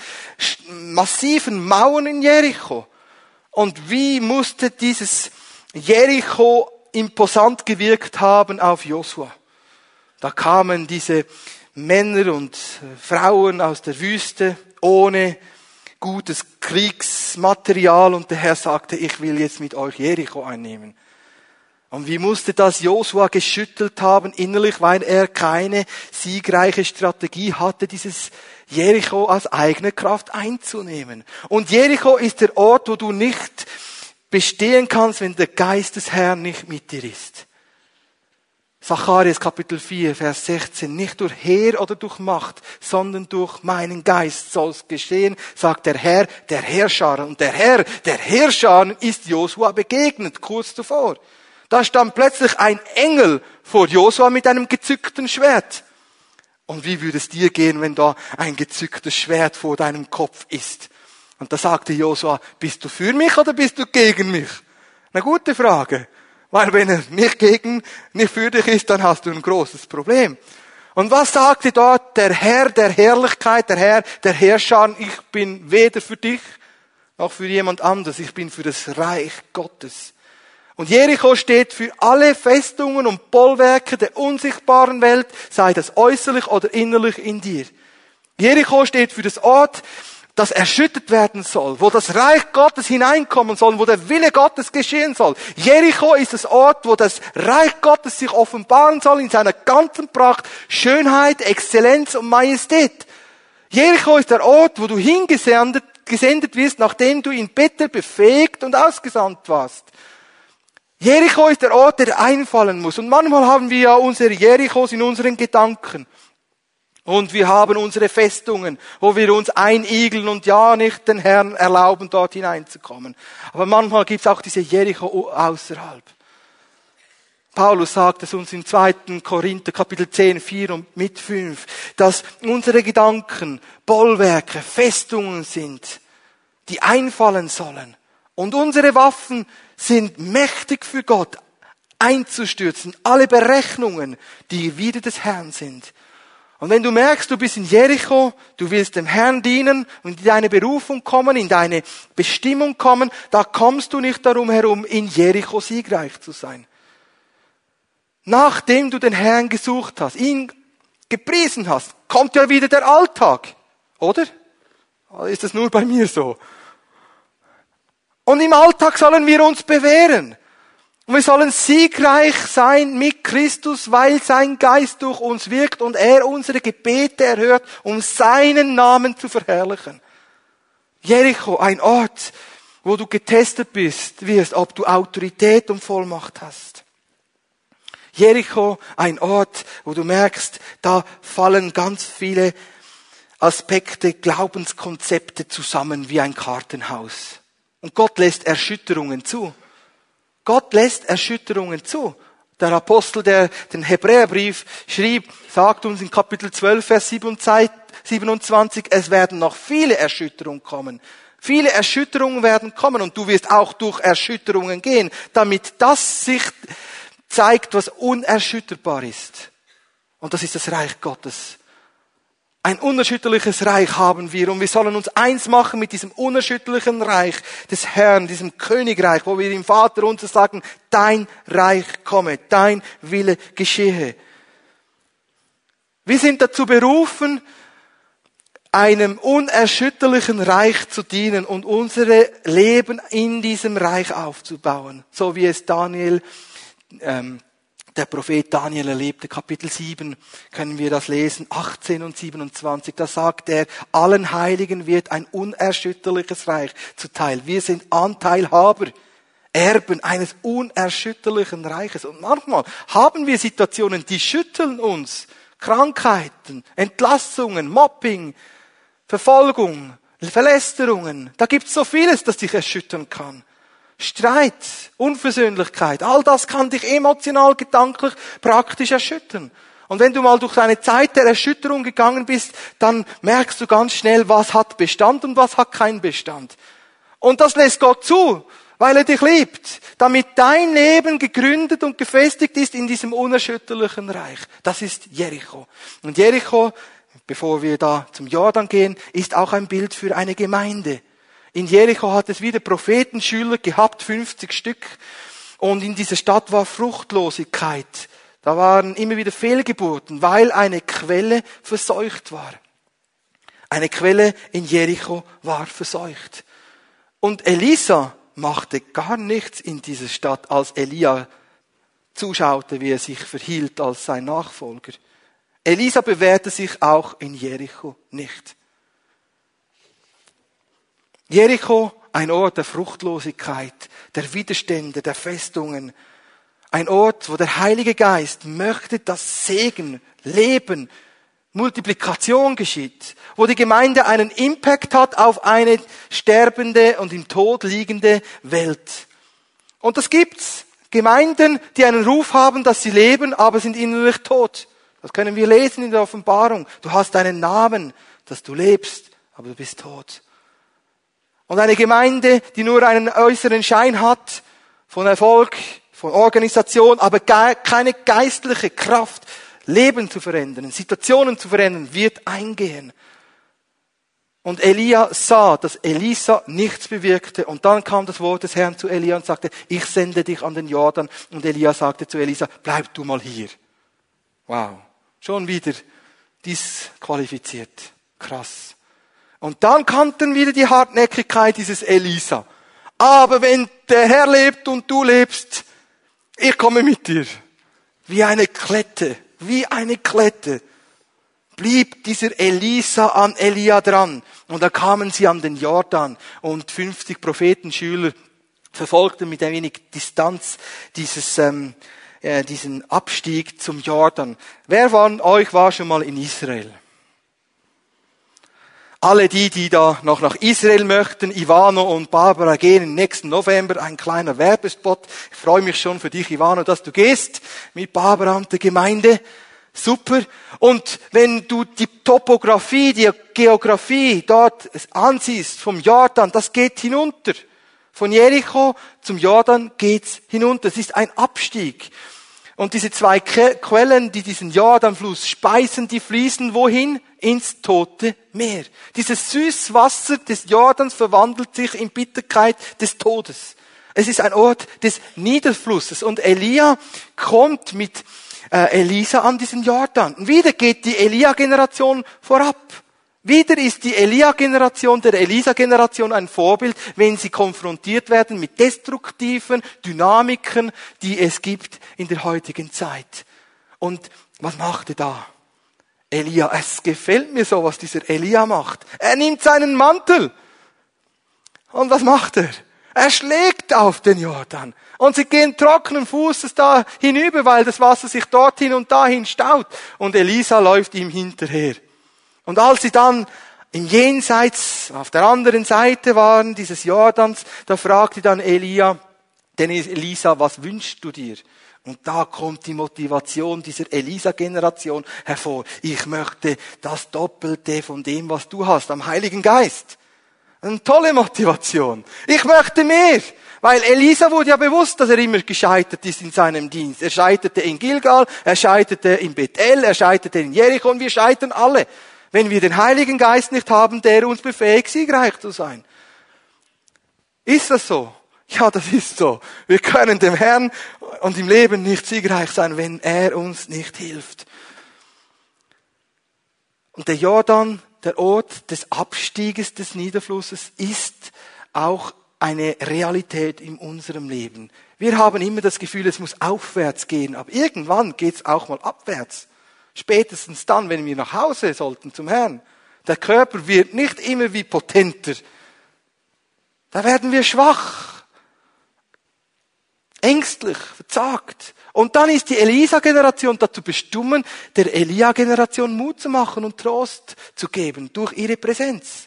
massiven Mauern in Jericho. Und wie musste dieses Jericho imposant gewirkt haben auf Josua? Da kamen diese Männer und Frauen aus der Wüste ohne gutes Kriegsmaterial und der Herr sagte, ich will jetzt mit euch Jericho einnehmen. Und wie musste das Josua geschüttelt haben innerlich, weil er keine siegreiche Strategie hatte, dieses Jericho aus eigener Kraft einzunehmen. Und Jericho ist der Ort, wo du nicht bestehen kannst, wenn der Geist des Herrn nicht mit dir ist. Zacharias Kapitel 4, Vers 16. Nicht durch Heer oder durch Macht, sondern durch meinen Geist soll's geschehen, sagt der Herr der Heerscharen. Und der Herr der Heerscharen ist Josua begegnet, kurz zuvor. Da stand plötzlich ein Engel vor Josua mit einem gezückten Schwert. Und wie würde es dir gehen, wenn da ein gezücktes Schwert vor deinem Kopf ist? Und da sagte Josua, bist du für mich oder bist du gegen mich? Eine gute Frage. Weil wenn er nicht für dich ist, dann hast du ein großes Problem. Und was sagte dort der Herr der Herrlichkeit, der Herr der Herrscher? Ich bin weder für dich noch für jemand anderes. Ich bin für das Reich Gottes. Und Jericho steht für alle Festungen und Bollwerke der unsichtbaren Welt, sei das äußerlich oder innerlich in dir. Jericho steht für das Ort, das erschüttert werden soll, wo das Reich Gottes hineinkommen soll, wo der Wille Gottes geschehen soll. Jericho ist das Ort, wo das Reich Gottes sich offenbaren soll in seiner ganzen Pracht, Schönheit, Exzellenz und Majestät. Jericho ist der Ort, wo du hingesendet wirst, nachdem du in Bethel befähigt und ausgesandt warst. Jericho ist der Ort, der einfallen muss. Und manchmal haben wir ja unsere Jerichos in unseren Gedanken. Und wir haben unsere Festungen, wo wir uns einigeln und ja nicht den Herrn erlauben, dort hineinzukommen. Aber manchmal gibt es auch diese Jericho außerhalb. Paulus sagt es uns im 2. Korinther Kapitel 10, 4 und mit 5, dass unsere Gedanken Bollwerke, Festungen sind, die einfallen sollen. Und unsere Waffen sind mächtig für Gott einzustürzen. Alle Berechnungen, die wieder des Herrn sind. Und wenn du merkst, du bist in Jericho, du willst dem Herrn dienen und in deine Berufung kommen, in deine Bestimmung kommen, da kommst du nicht darum herum, in Jericho siegreich zu sein. Nachdem du den Herrn gesucht hast, ihn gepriesen hast, kommt ja wieder der Alltag, oder? Ist das nur bei mir so? Und im Alltag sollen wir uns bewähren. Und wir sollen siegreich sein mit Christus, weil sein Geist durch uns wirkt und er unsere Gebete erhört, um seinen Namen zu verherrlichen. Jericho, ein Ort, wo du getestet wirst, ob du Autorität und Vollmacht hast. Jericho, ein Ort, wo du merkst, da fallen ganz viele Aspekte, Glaubenskonzepte zusammen wie ein Kartenhaus. Und Gott lässt Erschütterungen zu. Gott lässt Erschütterungen zu. Der Apostel, der den Hebräerbrief schrieb, sagt uns in Kapitel 12, Vers 27, es werden noch viele Erschütterungen kommen. Viele Erschütterungen werden kommen und du wirst auch durch Erschütterungen gehen, damit das sich zeigt, was unerschütterbar ist. Und das ist das Reich Gottes. Ein unerschütterliches Reich haben wir und wir sollen uns eins machen mit diesem unerschütterlichen Reich des Herrn, diesem Königreich, wo wir im Vater unser sagen, dein Reich komme, dein Wille geschehe. Wir sind dazu berufen, einem unerschütterlichen Reich zu dienen und unsere Leben in diesem Reich aufzubauen, so wie es Daniel der Prophet Daniel erlebte. Kapitel 7 können wir das lesen, 18 und 27. Da sagt er, allen Heiligen wird ein unerschütterliches Reich zuteil. Wir sind Anteilhaber, Erben eines unerschütterlichen Reiches. Und manchmal haben wir Situationen, die schütteln uns. Krankheiten, Entlassungen, Mobbing, Verfolgung, Verlästerungen. Da gibt es so vieles, das dich erschüttern kann. Streit, Unversöhnlichkeit, all das kann dich emotional, gedanklich, praktisch erschüttern. Und wenn du mal durch eine Zeit der Erschütterung gegangen bist, dann merkst du ganz schnell, was hat Bestand und was hat keinen Bestand. Und das lässt Gott zu, weil er dich liebt, damit dein Leben gegründet und gefestigt ist in diesem unerschütterlichen Reich. Das ist Jericho. Und Jericho, bevor wir da zum Jordan gehen, ist auch ein Bild für eine Gemeinde. In Jericho hat es wieder Prophetenschüler gehabt, 50 Stück. Und in dieser Stadt war Fruchtlosigkeit. Da waren immer wieder Fehlgeburten, weil eine Quelle verseucht war. Eine Quelle in Jericho war verseucht. Und Elisa machte gar nichts in dieser Stadt, als Elia zuschaute, wie er sich verhielt als sein Nachfolger. Elisa bewährte sich auch in Jericho nicht. Jericho, ein Ort der Fruchtlosigkeit, der Widerstände, der Festungen. Ein Ort, wo der Heilige Geist möchte, dass Segen, Leben, Multiplikation geschieht. Wo die Gemeinde einen Impact hat auf eine sterbende und im Tod liegende Welt. Und das gibt's. Gemeinden, die einen Ruf haben, dass sie leben, aber sind innerlich tot. Das können wir lesen in der Offenbarung. Du hast einen Namen, dass du lebst, aber du bist tot. Und eine Gemeinde, die nur einen äußeren Schein hat von Erfolg, von Organisation, aber keine geistliche Kraft, Leben zu verändern, Situationen zu verändern, wird eingehen. Und Elia sah, dass Elisa nichts bewirkte. Und dann kam das Wort des Herrn zu Elia und sagte, ich sende dich an den Jordan. Und Elia sagte zu Elisa, bleib du mal hier. Wow, schon wieder disqualifiziert. Krass. Und dann kannten wieder die Hartnäckigkeit dieses Elisa. Aber wenn der Herr lebt und du lebst, ich komme mit dir. Wie eine Klette blieb dieser Elisa an Elia dran. Und da kamen sie an den Jordan und 50 Prophetenschüler verfolgten mit ein wenig Distanz diesen Abstieg zum Jordan. Wer von euch war schon mal in Israel? Alle die da noch nach Israel möchten, Ivano und Barbara gehen im nächsten November, ein kleiner Werbespot. Ich freue mich schon für dich, Ivano, dass du gehst mit Barbara und der Gemeinde. Super. Und wenn du die Topografie, die Geografie dort ansiehst vom Jordan, das geht hinunter. Von Jericho zum Jordan geht's hinunter. Es ist ein Abstieg. Und diese zwei Quellen, die diesen Jordanfluss speisen, die fließen wohin? Ins Tote Meer. Dieses Süßwasser des Jordans verwandelt sich in Bitterkeit des Todes. Es ist ein Ort des Niederflusses. Und Elia kommt mit Elisa an diesen Jordan. Und wieder geht die Elia-Generation vorab. Wieder ist die Elia-Generation der Elisa-Generation ein Vorbild, wenn sie konfrontiert werden mit destruktiven Dynamiken, die es gibt in der heutigen Zeit. Und was macht er da? Elia, es gefällt mir so, was dieser Elia macht. Er nimmt seinen Mantel. Und was macht er? Er schlägt auf den Jordan. Und sie gehen trockenen Fußes da hinüber, weil das Wasser sich dorthin und dahin staut. Und Elisa läuft ihm hinterher. Und als sie dann im Jenseits, auf der anderen Seite waren, dieses Jordans, da fragte dann Elisa, was wünschst du dir? Und da kommt die Motivation dieser Elisa-Generation hervor. Ich möchte das Doppelte von dem, was du hast, am Heiligen Geist. Eine tolle Motivation. Ich möchte mehr. Weil Elisa wurde ja bewusst, dass er immer gescheitert ist in seinem Dienst. Er scheiterte in Gilgal, er scheiterte in Bethel, er scheiterte in Jericho und wir scheitern alle. Wenn wir den Heiligen Geist nicht haben, der uns befähigt, siegreich zu sein. Ist das so? Ja, das ist so. Wir können dem Herrn und im Leben nicht siegreich sein, wenn er uns nicht hilft. Und der Jordan, der Ort des Abstieges des Niederflusses, ist auch eine Realität in unserem Leben. Wir haben immer das Gefühl, es muss aufwärts gehen, aber irgendwann geht es auch mal abwärts. Spätestens dann, wenn wir nach Hause sollten zum Herrn. Der Körper wird nicht immer wie potenter. Da werden wir schwach, ängstlich, verzagt. Und dann ist die Elisa-Generation dazu bestimmt, der Elia-Generation Mut zu machen und Trost zu geben durch ihre Präsenz.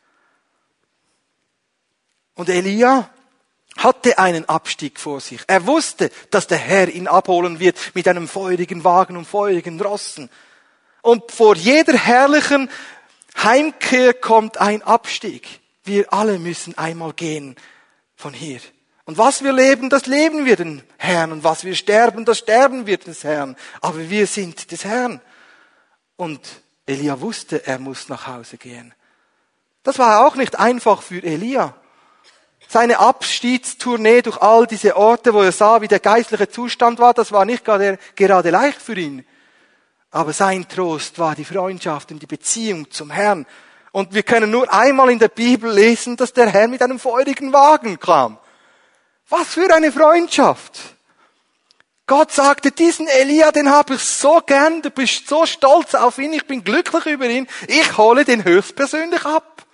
Und Elia hatte einen Abstieg vor sich. Er wusste, dass der Herr ihn abholen wird mit einem feurigen Wagen und feurigen Rossen. Und vor jeder herrlichen Heimkehr kommt ein Abstieg. Wir alle müssen einmal gehen von hier. Und was wir leben, das leben wir den Herrn. Und was wir sterben, das sterben wir des Herrn. Aber wir sind des Herrn. Und Elia wusste, er muss nach Hause gehen. Das war auch nicht einfach für Elia. Seine Abschiedstournee durch all diese Orte, wo er sah, wie der geistliche Zustand war, das war nicht gerade leicht für ihn. Aber sein Trost war die Freundschaft und die Beziehung zum Herrn. Und wir können nur einmal in der Bibel lesen, dass der Herr mit einem feurigen Wagen kam. Was für eine Freundschaft! Gott sagte, diesen Elia, den habe ich so gern, du bist so stolz auf ihn, ich bin glücklich über ihn, ich hole den höchstpersönlich ab.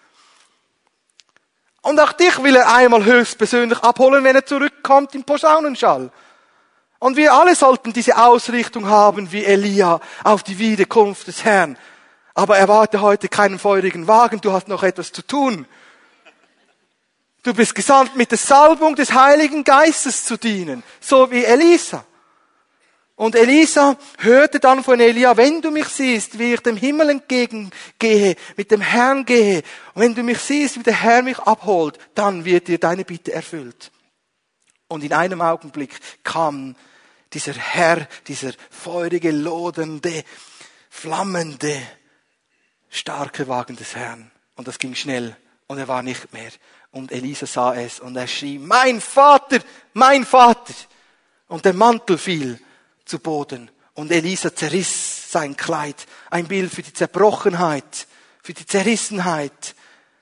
Und auch dich will er einmal höchstpersönlich abholen, wenn er zurückkommt im Posaunenschall. Und wir alle sollten diese Ausrichtung haben wie Elia auf die Wiederkunft des Herrn. Aber erwarte heute keinen feurigen Wagen, du hast noch etwas zu tun. Du bist gesandt, mit der Salbung des Heiligen Geistes zu dienen, so wie Elisa. Und Elisa hörte dann von Elia, wenn du mich siehst, wie ich dem Himmel entgegengehe, mit dem Herrn gehe, und wenn du mich siehst, wie der Herr mich abholt, dann wird dir deine Bitte erfüllt. Und in einem Augenblick kam dieser Herr, dieser feurige, lodernde, flammende, starke Wagen des Herrn. Und das ging schnell und er war nicht mehr. Und Elisa sah es und er schrie, mein Vater, mein Vater. Und der Mantel fiel zu Boden. Und Elisa zerriss sein Kleid. Ein Bild für die Zerbrochenheit, für die Zerrissenheit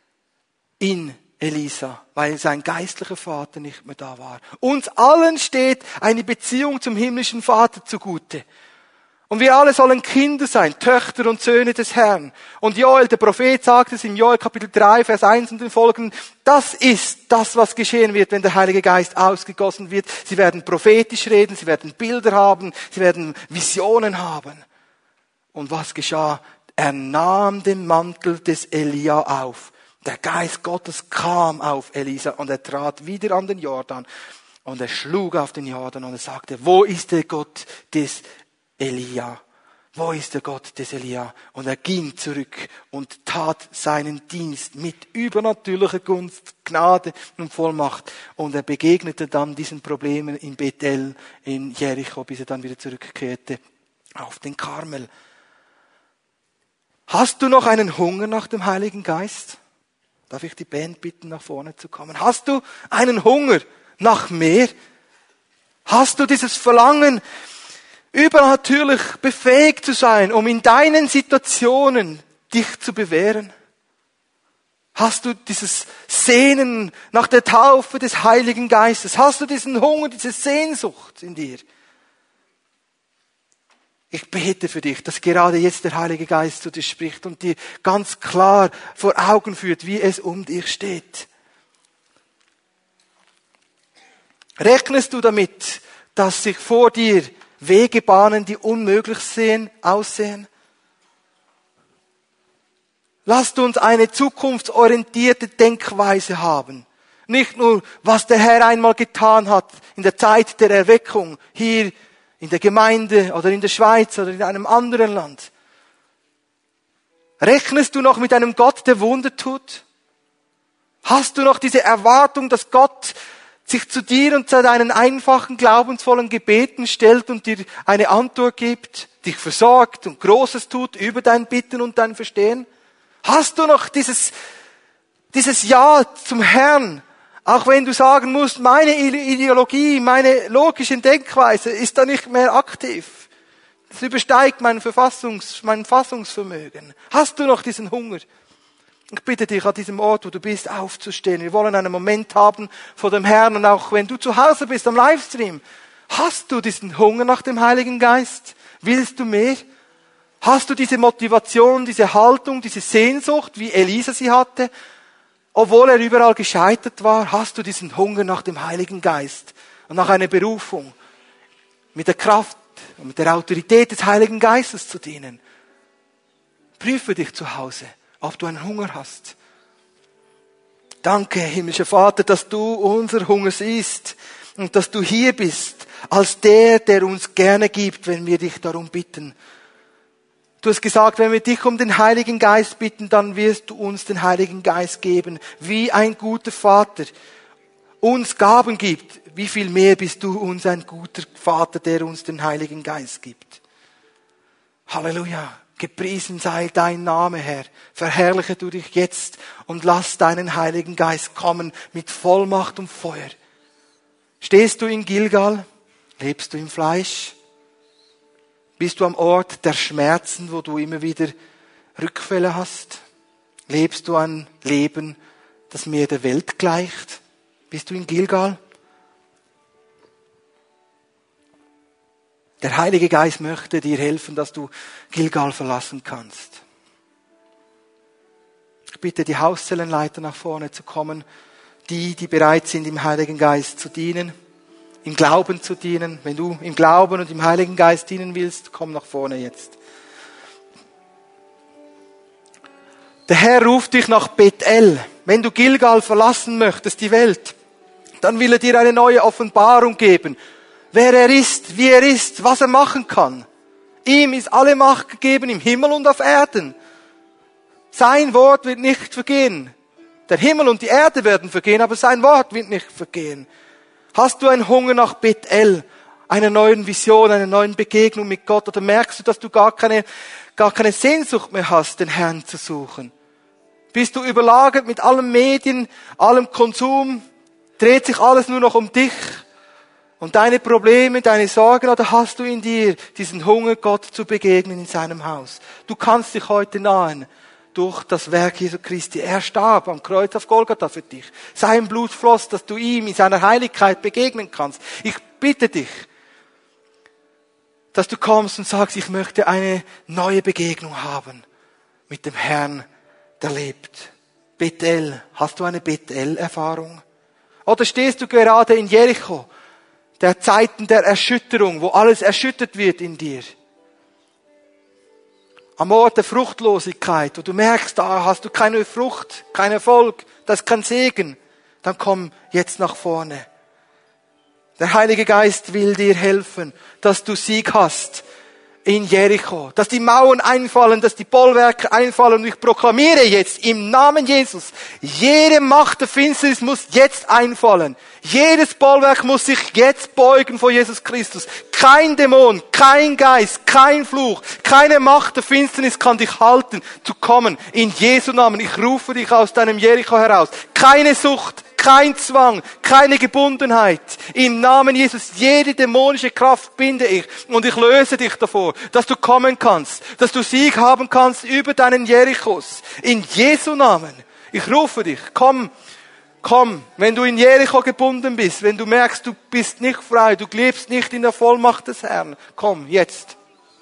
in Elisa, weil sein geistlicher Vater nicht mehr da war. Uns allen steht eine Beziehung zum himmlischen Vater zugute. Und wir alle sollen Kinder sein, Töchter und Söhne des Herrn. Und Joel, der Prophet, sagt es im Joel Kapitel 3, Vers 1 und den folgenden, das ist das, was geschehen wird, wenn der Heilige Geist ausgegossen wird. Sie werden prophetisch reden, sie werden Bilder haben, sie werden Visionen haben. Und was geschah? Er nahm den Mantel des Elia auf. Der Geist Gottes kam auf Elisa und er trat wieder an den Jordan. Und er schlug auf den Jordan und er sagte, wo ist der Gott des Elia? Wo ist der Gott des Elia? Und er ging zurück und tat seinen Dienst mit übernatürlicher Gunst, Gnade und Vollmacht. Und er begegnete dann diesen Problemen in Bethel, in Jericho, bis er dann wieder zurückkehrte auf den Karmel. Hast du noch einen Hunger nach dem Heiligen Geist? Darf ich die Band bitten, nach vorne zu kommen? Hast du einen Hunger nach mehr? Hast du dieses Verlangen, übernatürlich befähigt zu sein, um in deinen Situationen dich zu bewähren? Hast du dieses Sehnen nach der Taufe des Heiligen Geistes? Hast du diesen Hunger, diese Sehnsucht in dir? Ich bete für dich, dass gerade jetzt der Heilige Geist zu dir spricht und dir ganz klar vor Augen führt, wie es um dich steht. Rechnest du damit, dass sich vor dir Wege bahnen, die unmöglich aussehen? Lasst uns eine zukunftsorientierte Denkweise haben. Nicht nur, was der Herr einmal getan hat in der Zeit der Erweckung, hier in der Gemeinde oder in der Schweiz oder in einem anderen Land. Rechnest du noch mit einem Gott, der Wunder tut? Hast du noch diese Erwartung, dass Gott sich zu dir und zu deinen einfachen, glaubensvollen Gebeten stellt und dir eine Antwort gibt, dich versorgt und Großes tut über dein Bitten und dein Verstehen? Hast du noch dieses Ja zum Herrn? Auch wenn du sagen musst, meine Ideologie, meine logische Denkweise ist da nicht mehr aktiv. Das übersteigt mein Fassungsvermögen. Hast du noch diesen Hunger? Ich bitte dich, an diesem Ort, wo du bist, aufzustehen. Wir wollen einen Moment haben vor dem Herrn. Und auch wenn du zu Hause bist am Livestream, hast du diesen Hunger nach dem Heiligen Geist? Willst du mehr? Hast du diese Motivation, diese Haltung, diese Sehnsucht, wie Elisa sie hatte? Obwohl er überall gescheitert war, hast du diesen Hunger nach dem Heiligen Geist und nach einer Berufung, mit der Kraft und mit der Autorität des Heiligen Geistes zu dienen. Prüfe dich zu Hause, ob du einen Hunger hast. Danke, himmlischer Vater, dass du unser Hunger siehst und dass du hier bist, als der uns gerne gibt, wenn wir dich darum bitten. Du hast gesagt, wenn wir dich um den Heiligen Geist bitten, dann wirst du uns den Heiligen Geist geben, wie ein guter Vater uns Gaben gibt. Wie viel mehr bist du uns ein guter Vater, der uns den Heiligen Geist gibt. Halleluja. Gepriesen sei dein Name, Herr. Verherrliche du dich jetzt und lass deinen Heiligen Geist kommen mit Vollmacht und Feuer. Stehst du in Gilgal? Lebst du im Fleisch? Bist du am Ort der Schmerzen, wo du immer wieder Rückfälle hast? Lebst du ein Leben, das mehr der Welt gleicht? Bist du in Gilgal? Der Heilige Geist möchte dir helfen, dass du Gilgal verlassen kannst. Ich bitte die Hauszellenleiter nach vorne zu kommen, die bereit sind, im Heiligen Geist zu dienen, im Glauben zu dienen. Wenn du im Glauben und im Heiligen Geist dienen willst, komm nach vorne jetzt. Der Herr ruft dich nach Bethel. Wenn du Gilgal verlassen möchtest, die Welt, dann will er dir eine neue Offenbarung geben. Wer er ist, wie er ist, was er machen kann. Ihm ist alle Macht gegeben im Himmel und auf Erden. Sein Wort wird nicht vergehen. Der Himmel und die Erde werden vergehen, aber sein Wort wird nicht vergehen. Hast du einen Hunger nach Bethel, einer neuen Vision, einer neuen Begegnung mit Gott? Oder merkst du, dass du gar keine Sehnsucht mehr hast, den Herrn zu suchen? Bist du überlagert mit allen Medien, allem Konsum? Dreht sich alles nur noch um dich? Und deine Probleme, deine Sorgen, oder hast du in dir diesen Hunger, Gott zu begegnen in seinem Haus? Du kannst dich heute nahen durch das Werk Jesu Christi. Er starb am Kreuz auf Golgatha für dich. Sein Blut floss, dass du ihm in seiner Heiligkeit begegnen kannst. Ich bitte dich, dass du kommst und sagst, ich möchte eine neue Begegnung haben mit dem Herrn, der lebt. Bethel. Hast du eine Bethel-Erfahrung? Oder stehst du gerade in Jericho, der Zeiten der Erschütterung, wo alles erschüttert wird in dir? Am Ort der Fruchtlosigkeit, wo du merkst, da hast du keine Frucht, keinen Erfolg, das ist kein Segen. Dann komm jetzt nach vorne. Der Heilige Geist will dir helfen, dass du Sieg hast in Jericho, dass die Mauern einfallen, dass die Bollwerke einfallen. Und ich proklamiere jetzt im Namen Jesus, jede Macht der Finsternis muss jetzt einfallen. Jedes Bollwerk muss sich jetzt beugen vor Jesus Christus. Kein Dämon, kein Geist, kein Fluch, keine Macht der Finsternis kann dich halten, zu kommen. In Jesu Namen, ich rufe dich aus deinem Jericho heraus. Keine Sucht, kein Zwang, keine Gebundenheit. Im Namen Jesus, jede dämonische Kraft binde ich und ich löse dich davor, dass du kommen kannst, dass du Sieg haben kannst über deinen Jerichos. In Jesu Namen. Ich rufe dich, komm, wenn du in Jericho gebunden bist, wenn du merkst, du bist nicht frei, du lebst nicht in der Vollmacht des Herrn, komm jetzt.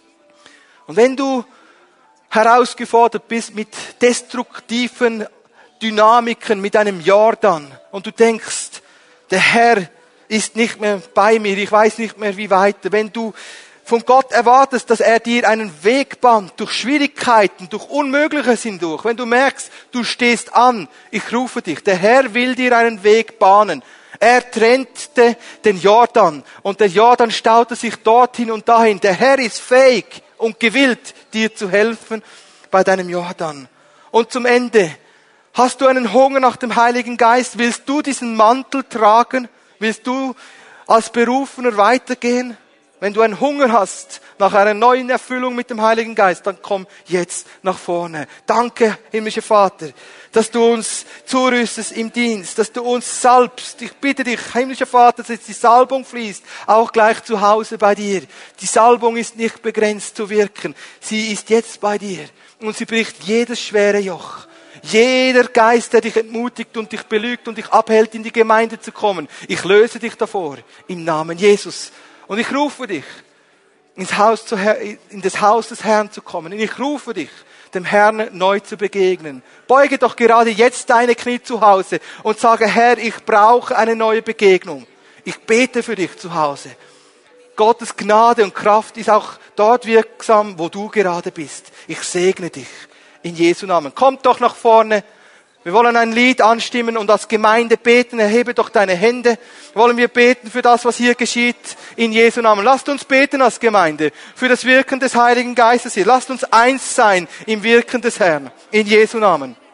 Und wenn du herausgefordert bist mit destruktiven Dynamiken, mit einem Jordan und du denkst, der Herr ist nicht mehr bei mir, ich weiß nicht mehr wie weiter. Wenn du von Gott erwartest, dass er dir einen Weg bahnt, durch Schwierigkeiten, durch Unmögliches hindurch, wenn du merkst, du stehst an, ich rufe dich, der Herr will dir einen Weg bahnen. Er trennte den Jordan und der Jordan staute sich dorthin und dahin. Der Herr ist fähig und gewillt, dir zu helfen bei deinem Jordan. Und zum Ende, hast du einen Hunger nach dem Heiligen Geist? Willst du diesen Mantel tragen? Willst du als Berufener weitergehen? Wenn du einen Hunger hast nach einer neuen Erfüllung mit dem Heiligen Geist, dann komm jetzt nach vorne. Danke, himmlischer Vater, dass du uns zurüstest im Dienst, dass du uns salbst. Ich bitte dich, himmlischer Vater, dass jetzt die Salbung fließt, auch gleich zu Hause bei dir. Die Salbung ist nicht begrenzt zu wirken. Sie ist jetzt bei dir und sie bricht jedes schwere Joch. Jeder Geist, der dich entmutigt und dich belügt und dich abhält, in die Gemeinde zu kommen, ich löse dich davor, im Namen Jesus. Und ich rufe dich, in das Haus des Herrn zu kommen. Und ich rufe dich, dem Herrn neu zu begegnen. Beuge doch gerade jetzt deine Knie zu Hause und sage, Herr, ich brauche eine neue Begegnung. Ich bete für dich zu Hause. Gottes Gnade und Kraft ist auch dort wirksam, wo du gerade bist. Ich segne dich in Jesu Namen. Kommt doch nach vorne. Wir wollen ein Lied anstimmen und als Gemeinde beten. Erhebe doch deine Hände. Wollen wir beten für das, was hier geschieht in Jesu Namen. Lasst uns beten als Gemeinde für das Wirken des Heiligen Geistes hier. Lasst uns eins sein im Wirken des Herrn in Jesu Namen.